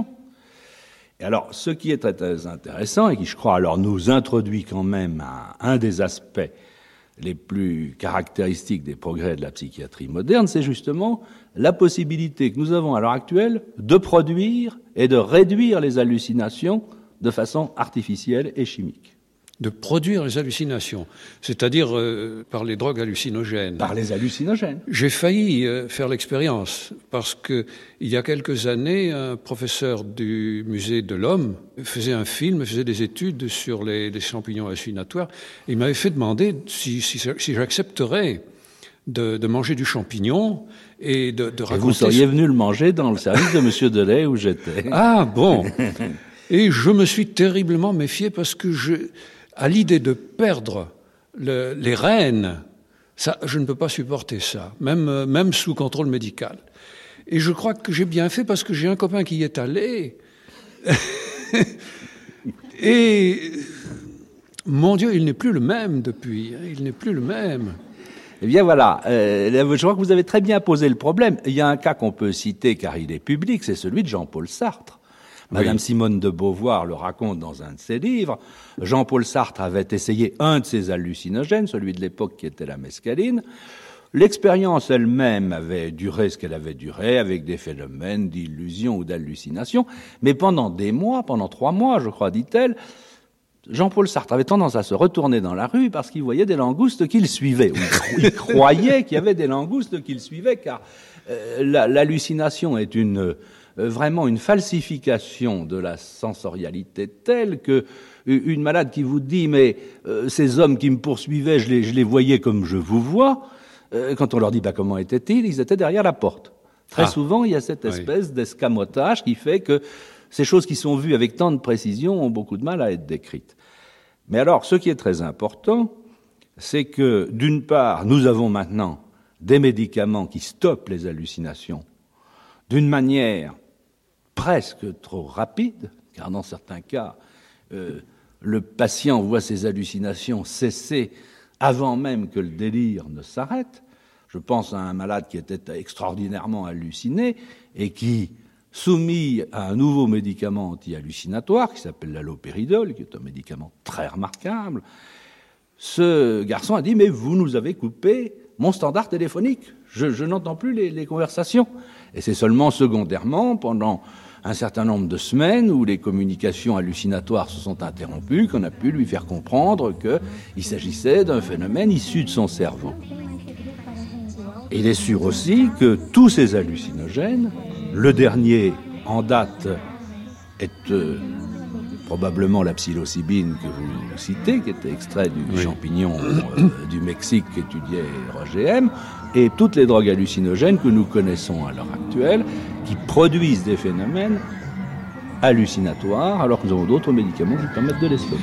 Et alors, ce qui est très, très intéressant et qui, je crois, alors nous introduit quand même à un des aspects les plus caractéristiques des progrès de la psychiatrie moderne, c'est justement la possibilité que nous avons à l'heure actuelle de produire et de réduire les hallucinations de façon artificielle et chimique. De produire les hallucinations, c'est-à-dire euh, par les drogues hallucinogènes. Par les hallucinogènes. J'ai failli euh, faire l'expérience, parce que il y a quelques années, un professeur du musée de l'Homme faisait un film, faisait des études sur les, les champignons hallucinatoires. Et il m'avait fait demander si, si, si j'accepterais de, de manger du champignon et de, de raconter... Et vous seriez venu le manger dans le service de Monsieur Delay où j'étais. Ah, bon. Et je me suis terriblement méfié parce que je... à l'idée de perdre le, les rênes, ça, je ne peux pas supporter ça, même, même sous contrôle médical. Et je crois que j'ai bien fait parce que j'ai un copain qui y est allé. Et, mon Dieu, il n'est plus le même depuis. Il n'est plus le même. Eh bien voilà, euh, je crois que vous avez très bien posé le problème. Il y a un cas qu'on peut citer car il est public, c'est celui de Jean-Paul Sartre. Madame oui. Simone de Beauvoir le raconte dans un de ses livres. Jean-Paul Sartre avait essayé un de ses hallucinogènes, celui de l'époque qui était la mescaline. L'expérience elle-même avait duré ce qu'elle avait duré, avec des phénomènes d'illusion ou d'hallucination, mais pendant des mois, pendant trois mois, je crois, dit-elle, Jean-Paul Sartre avait tendance à se retourner dans la rue parce qu'il voyait des langoustes qu'il suivait, ou il croyait qu'il y avait des langoustes qu'il suivait, car euh, la, l'hallucination est une, euh, vraiment une falsification de la sensorialité telle que une malade qui vous dit « mais euh, ces hommes qui me poursuivaient, je les, je les voyais comme je vous vois euh, », quand on leur dit bah, « comment étaient-ils ?» Ils étaient derrière la porte. Très ah. souvent, il y a cette espèce oui. d'escamotage qui fait que ces choses qui sont vues avec tant de précision ont beaucoup de mal à être décrites. Mais alors, ce qui est très important, c'est que, d'une part, nous avons maintenant des médicaments qui stoppent les hallucinations d'une manière presque trop rapide, car dans certains cas, euh, le patient voit ses hallucinations cesser avant même que le délire ne s'arrête. Je pense à un malade qui était extraordinairement halluciné et qui, soumis à un nouveau médicament anti-hallucinatoire qui s'appelle l'halopéridol, qui est un médicament très remarquable, ce garçon a dit « mais vous nous avez coupé mon standard téléphonique, je, je n'entends plus les, les conversations ». Et c'est seulement secondairement, pendant un certain nombre de semaines où les communications hallucinatoires se sont interrompues, qu'on a pu lui faire comprendre qu'il s'agissait d'un phénomène issu de son cerveau. Il est sûr aussi que tous ces hallucinogènes, le dernier en date est euh, probablement la psilocybine que vous citez, qui était extrait du oui. champignon euh, du Mexique qu'étudiait Roger M, et toutes les drogues hallucinogènes que nous connaissons à l'heure actuelle, qui produisent des phénomènes hallucinatoires, alors que nous avons d'autres médicaments qui permettent de les stopper.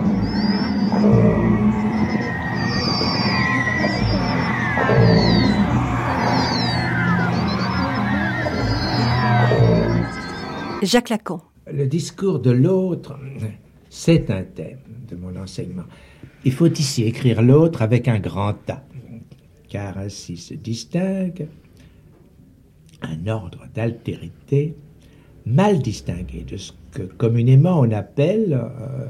Jacques Lacan. Le discours de l'autre, c'est un thème de mon enseignement. Il faut ici écrire l'autre avec un grand A, car ainsi se distingue un ordre d'altérité mal distingué de ce que communément on appelle, euh,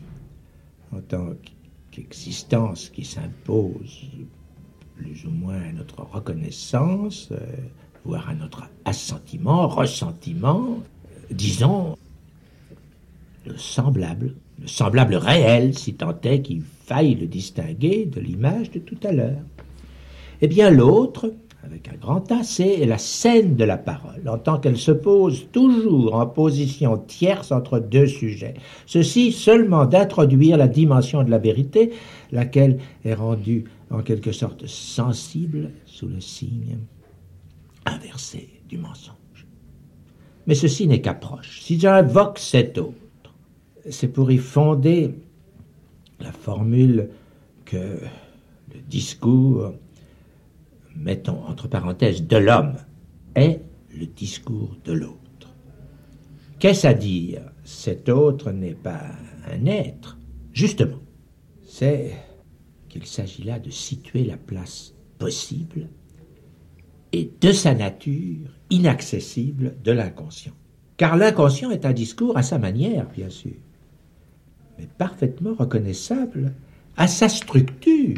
en tant qu'existence qui s'impose plus ou moins à notre reconnaissance, euh, voire à notre assentiment, ressentiment, disons, le semblable, le semblable réel, si tant est qu'il faille le distinguer de l'image de tout à l'heure. Eh bien, l'autre, avec un grand A, c'est la scène de la parole, en tant qu'elle se pose toujours en position tierce entre deux sujets. Ceci seulement d'introduire la dimension de la vérité, laquelle est rendue en quelque sorte sensible sous le signe inversé du mensonge. Mais ceci n'est qu'approche. Si j'invoque cet autre, c'est pour y fonder la formule que le discours, mettons entre parenthèses, de l'homme, est le discours de l'autre. Qu'est-ce à dire? Cet autre n'est pas un être. Justement, c'est qu'il s'agit là de situer la place possible et de sa nature inaccessible de l'inconscient. Car l'inconscient est un discours à sa manière, bien sûr, mais parfaitement reconnaissable à sa structure,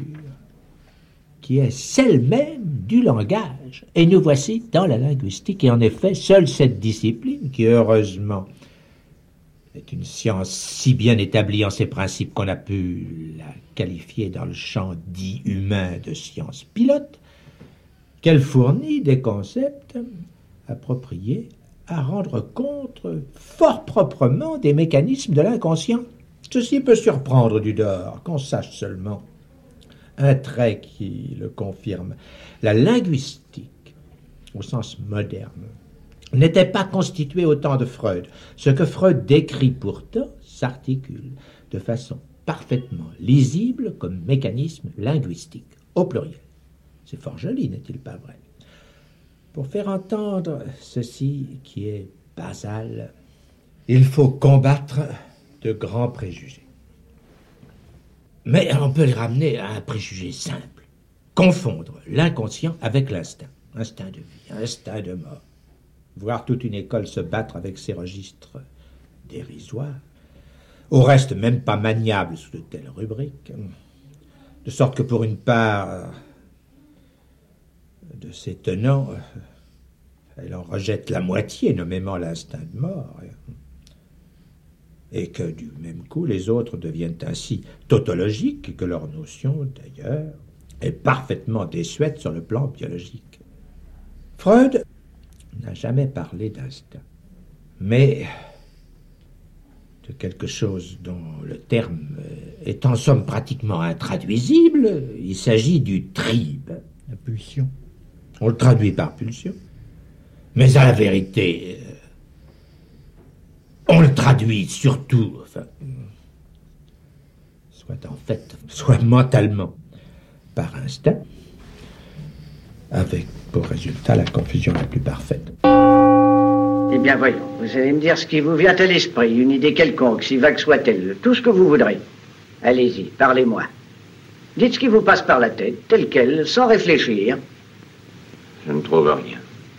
qui est celle même du langage. Et nous voici dans la linguistique, et en effet, seule cette discipline, qui heureusement est une science si bien établie en ses principes qu'on a pu la qualifier dans le champ dit humain de science pilote, qu'elle fournit des concepts appropriés à rendre compte fort proprement des mécanismes de l'inconscient. Ceci peut surprendre du dehors, qu'on sache seulement un trait qui le confirme. La linguistique, au sens moderne, n'était pas constituée au temps de Freud. Ce que Freud décrit pourtant s'articule de façon parfaitement lisible comme mécanisme linguistique, au pluriel. C'est fort joli, n'est-il pas vrai? Pour faire entendre ceci qui est basal, il faut combattre de grands préjugés. Mais on peut les ramener à un préjugé simple. Confondre l'inconscient avec l'instinct. Instinct de vie, instinct de mort. Voir toute une école se battre avec ces registres dérisoires, au reste même pas maniables sous de telles rubriques. De sorte que pour une part, s'étonnant, elle en rejette la moitié, nommément l'instinct de mort. Et que du même coup, les autres deviennent ainsi tautologiques et que leur notion, d'ailleurs, est parfaitement désuète sur le plan biologique. Freud n'a jamais parlé d'instinct, mais de quelque chose dont le terme est en somme pratiquement intraduisible. Il s'agit du trieb, la pulsion. On le traduit par pulsion, mais à la vérité, on le traduit surtout, enfin, soit en fait, soit mentalement, par instinct, avec pour résultat la confusion la plus parfaite. Eh bien, voyons, vous allez me dire ce qui vous vient à l'esprit, une idée quelconque, si vague soit-elle, tout ce que vous voudrez. Allez-y, parlez-moi. Dites ce qui vous passe par la tête, tel quel, sans réfléchir. Je ne trouve rien.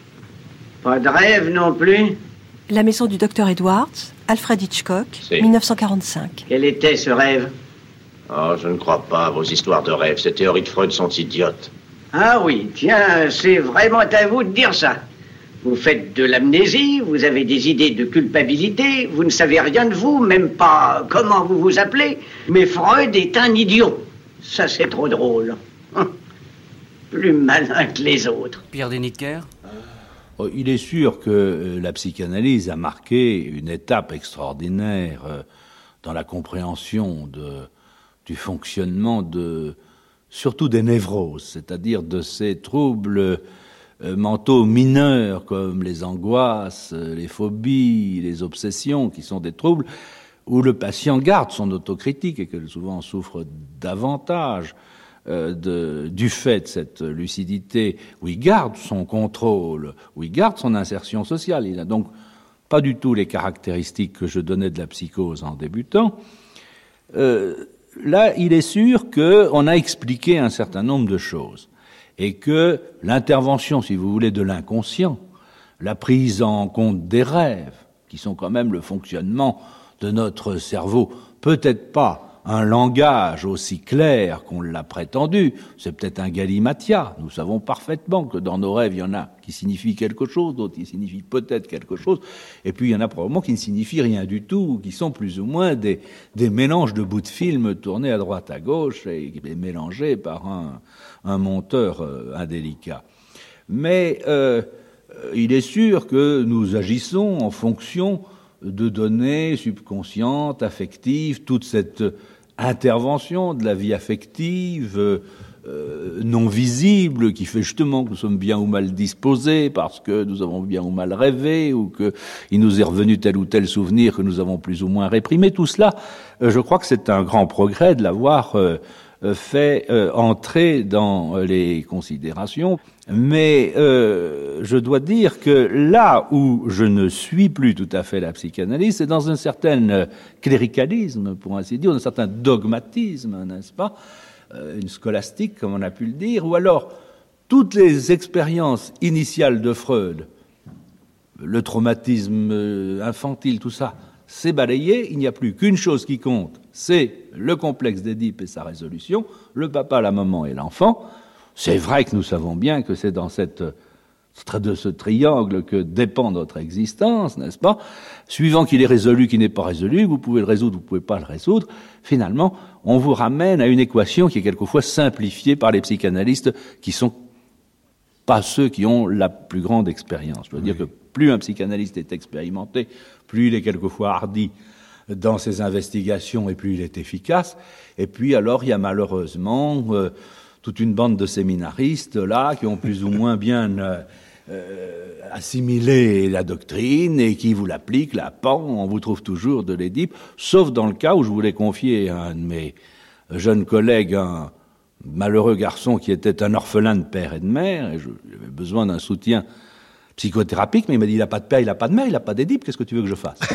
Pas de rêve non plus? La maison du docteur Edwards, Alfred Hitchcock, Si. mille neuf cent quarante-cinq. Quel était ce rêve? Oh, je ne crois pas à vos histoires de rêves. Ces théories de Freud sont idiotes. Ah oui, tiens, c'est vraiment à vous de dire ça. Vous faites de l'amnésie, vous avez des idées de culpabilité, vous ne savez rien de vous, même pas comment vous vous appelez, mais Freud est un idiot. Ça, c'est trop drôle. Hum. Plus malin que les autres. Pierre Dénicker? Oh, il est sûr que euh, la psychanalyse a marqué une étape extraordinaire euh, dans la compréhension de, du fonctionnement de, surtout des névroses, c'est-à-dire de ces troubles euh, mentaux mineurs comme les angoisses, euh, les phobies, les obsessions, qui sont des troubles où le patient garde son autocritique et que souvent souffre davantage euh, de, du fait de cette lucidité, où il garde son contrôle, où il garde son insertion sociale. Il n'a donc pas du tout les caractéristiques que je donnais de la psychose en débutant. Euh, là, il est sûr qu'on a expliqué un certain nombre de choses et que l'intervention, si vous voulez, de l'inconscient, la prise en compte des rêves, qui sont quand même le fonctionnement de notre cerveau, peut-être pas un langage aussi clair qu'on l'a prétendu, c'est peut-être un galimatia. Nous savons parfaitement que dans nos rêves, il y en a qui signifient quelque chose, d'autres qui signifient peut-être quelque chose, et puis il y en a probablement qui ne signifient rien du tout, ou qui sont plus ou moins des, des mélanges de bouts de film tournés à droite à gauche et, et mélangés par un, un monteur euh, indélicat. Mais euh, il est sûr que nous agissons en fonction de données subconscientes, affectives, toute cette intervention de la vie affective euh, non visible qui fait justement que nous sommes bien ou mal disposés parce que nous avons bien ou mal rêvé ou qu'il nous est revenu tel ou tel souvenir que nous avons plus ou moins réprimé. Tout cela, euh, je crois que c'est un grand progrès de l'avoir euh, fait euh, entrer dans les considérations. Mais euh, je dois dire que là où je ne suis plus tout à fait la psychanalyse, c'est dans un certain cléricalisme, pour ainsi dire, un certain dogmatisme, n'est-ce pas, euh, une scolastique, comme on a pu le dire, ou alors toutes les expériences initiales de Freud, le traumatisme infantile, tout ça, c'est balayé, il n'y a plus qu'une chose qui compte, c'est le complexe d'Édipe et sa résolution, le papa, la maman et l'enfant. C'est vrai que nous savons bien que c'est dans cette, de ce triangle que dépend notre existence, n'est-ce pas? Suivant qu'il est résolu, qu'il n'est pas résolu, vous pouvez le résoudre, vous ne pouvez pas le résoudre. Finalement, on vous ramène à une équation qui est quelquefois simplifiée par les psychanalystes qui sont pas ceux qui ont la plus grande expérience. Je veux dire que plus un psychanalyste est expérimenté, plus il est quelquefois hardi dans ses investigations et plus il est efficace. Et puis alors, il y a malheureusement euh, toute une bande de séminaristes là qui ont plus ou moins bien euh, euh, assimilé la doctrine et qui vous l'appliquent, la pan, on vous trouve toujours de l'Édipe, sauf dans le cas où je voulais confier à un de mes jeunes collègues un malheureux garçon qui était un orphelin de père et de mère, et j'avais besoin d'un soutien psychothérapique, mais il m'a dit, il n'a pas de père, il n'a pas de mère, il n'a pas d'Édipe, qu'est-ce que tu veux que je fasse?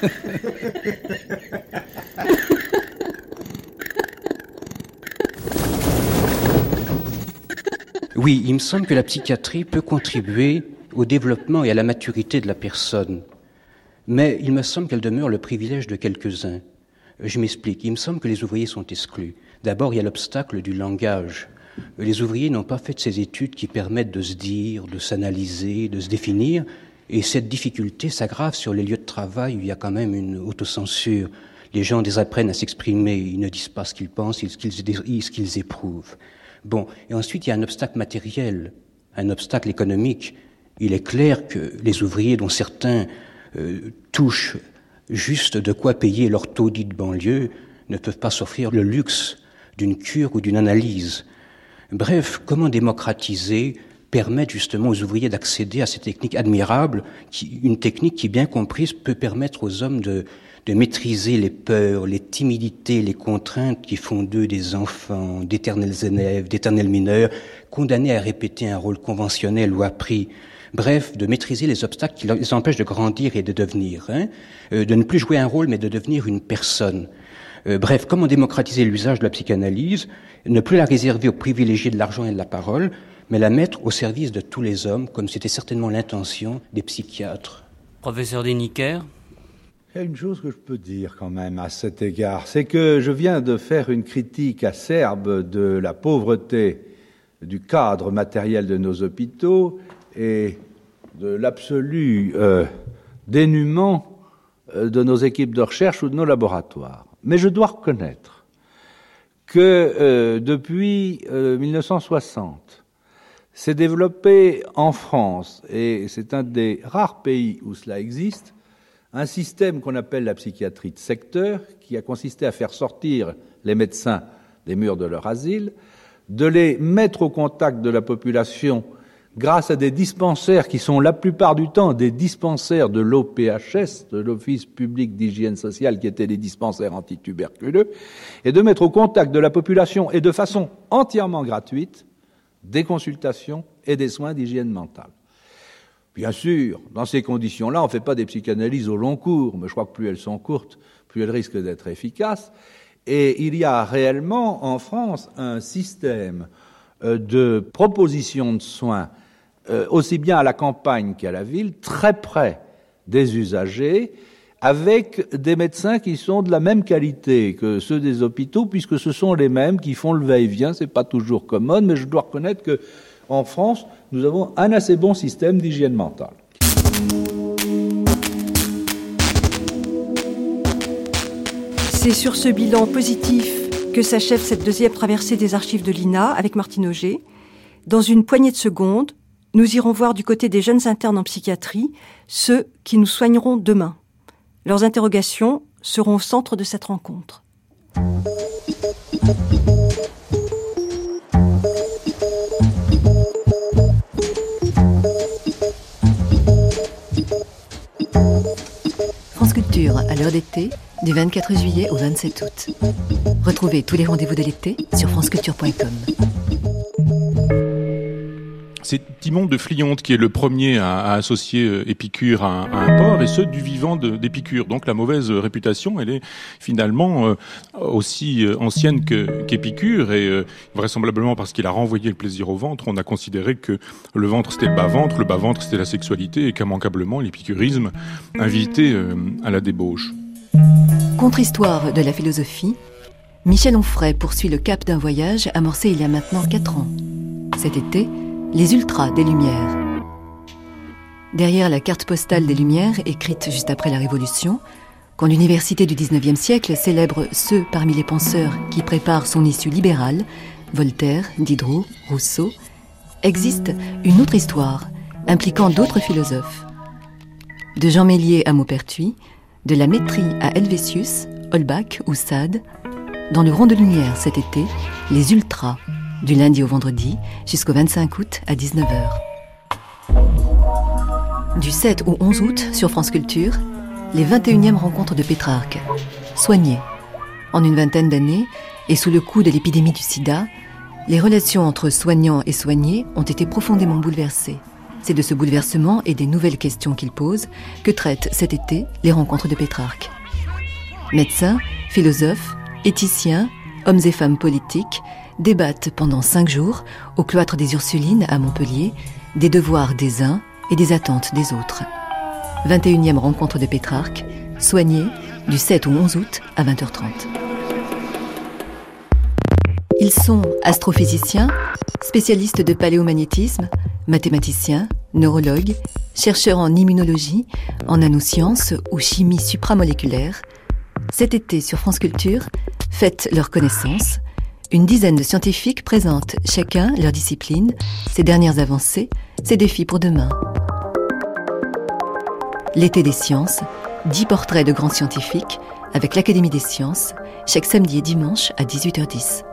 Oui, il me semble que la psychiatrie peut contribuer au développement et à la maturité de la personne. Mais il me semble qu'elle demeure le privilège de quelques-uns. Je m'explique. Il me semble que les ouvriers sont exclus. D'abord, il y a l'obstacle du langage. les ouvriers n'ont pas fait ces études qui permettent de se dire, de s'analyser, de se définir, et cette difficulté s'aggrave sur les lieux de travail où il y a quand même une autocensure. Les gens désapprennent à s'exprimer, ils ne disent pas ce qu'ils pensent, ce qu'ils, ce qu'ils éprouvent. Bon, et ensuite il y a un obstacle matériel, un obstacle économique. Il est clair que les ouvriers, dont certains euh, touchent juste de quoi payer leur taudis de banlieue, ne peuvent pas s'offrir le luxe d'une cure ou d'une analyse. Bref, comment démocratiser, permettre justement aux ouvriers d'accéder à ces techniques admirables, qui, une technique qui, bien comprise, peut permettre aux hommes de, de maîtriser les peurs, les timidités, les contraintes qui font d'eux des enfants, d'éternels élèves, d'éternels mineurs, condamnés à répéter un rôle conventionnel ou appris. Bref, de maîtriser les obstacles qui les empêchent de grandir et de devenir, hein, euh, de ne plus jouer un rôle, mais de devenir une personne. Euh, bref, comment démocratiser l'usage de la psychanalyse, ne plus la réserver aux privilégiés de l'argent et de la parole, mais la mettre au service de tous les hommes, comme c'était certainement l'intention des psychiatres. Professeur Déniker ? Il y a une chose que je peux dire quand même à cet égard, c'est que je viens de faire une critique acerbe de la pauvreté du cadre matériel de nos hôpitaux et de l'absolu euh, dénuement euh, de nos équipes de recherche ou de nos laboratoires. Mais je dois reconnaître que euh, depuis euh, mille neuf cent soixante, s'est développé en France, et c'est un des rares pays où cela existe, un système qu'on appelle la psychiatrie de secteur, qui a consisté à faire sortir les médecins des murs de leur asile, de les mettre au contact de la population grâce à des dispensaires qui sont la plupart du temps des dispensaires de l'O P H S, de l'Office public d'hygiène sociale, qui étaient des dispensaires antituberculeux, et de mettre au contact de la population, et de façon entièrement gratuite, des consultations et des soins d'hygiène mentale. Bien sûr, dans ces conditions-là, on ne fait pas des psychanalyses au long cours, mais je crois que plus elles sont courtes, plus elles risquent d'être efficaces. Et il y a réellement en France un système de proposition de soins, euh, aussi bien à la campagne qu'à la ville, très près des usagers, avec des médecins qui sont de la même qualité que ceux des hôpitaux, puisque ce sont les mêmes qui font le va-et-vient. C'est pas toujours commode, mais je dois reconnaître que en France, nous avons un assez bon système d'hygiène mentale. C'est sur ce bilan positif que s'achève cette deuxième traversée des archives de l'I N A avec Martine Auger. Dans une poignée de secondes, nous irons voir du côté des jeunes internes en psychiatrie ceux qui nous soigneront demain. Leurs interrogations seront au centre de cette rencontre. France Culture, à l'heure d'été, du vingt-quatre juillet au vingt-sept août. Retrouvez tous les rendez-vous de l'été sur franceculture point com. C'est Timon de Flion qui est le premier à, à associer Épicure à, à un porc, et ce du vivant de, d'Épicure. Donc la mauvaise réputation, elle est finalement euh, aussi ancienne que, qu'Épicure, et euh, vraisemblablement parce qu'il a renvoyé le plaisir au ventre, on a considéré que le ventre c'était le bas-ventre, le bas-ventre c'était la sexualité, et qu'immanquablement l'épicurisme invitait euh, à la débauche. Contre-histoire de la philosophie, Michel Onfray poursuit le cap d'un voyage amorcé il y a maintenant quatre ans. Cet été, les ultras des Lumières. Derrière la carte postale des Lumières, écrite juste après la Révolution, quand l'université du dix-neuvième siècle célèbre ceux parmi les penseurs qui préparent son issue libérale, Voltaire, Diderot, Rousseau, existe une autre histoire, impliquant d'autres philosophes. De Jean Méliès à Maupertuis, de la Métrie à Helvétius, Holbach ou Sade, dans le rond de lumière cet été, les ultras, du lundi au vendredi jusqu'au vingt-cinq août à dix-neuf heures. Du sept au onze août, sur France Culture, les vingt et unième rencontres de Pétrarque. Soignées. En une vingtaine d'années, et sous le coup de l'épidémie du sida, les relations entre soignants et soignés ont été profondément bouleversées. C'est de ce bouleversement et des nouvelles questions qu'il pose que traitent cet été les rencontres de Pétrarque. Médecins, philosophes, éthiciens, hommes et femmes politiques débattent pendant cinq jours au cloître des Ursulines à Montpellier des devoirs des uns et des attentes des autres. vingt et unième rencontre de Pétrarque, soignée du sept au onze août à vingt heures trente. Ils sont astrophysiciens, spécialistes de paléomagnétisme, mathématiciens, neurologues, chercheurs en immunologie, en nanosciences ou chimie supramoléculaire. Cet été sur France Culture, faites leur connaissance. Une dizaine de scientifiques présentent chacun leur discipline, ses dernières avancées, ses défis pour demain. L'été des sciences, dix portraits de grands scientifiques avec l'Académie des sciences, chaque samedi et dimanche à dix-huit heures dix.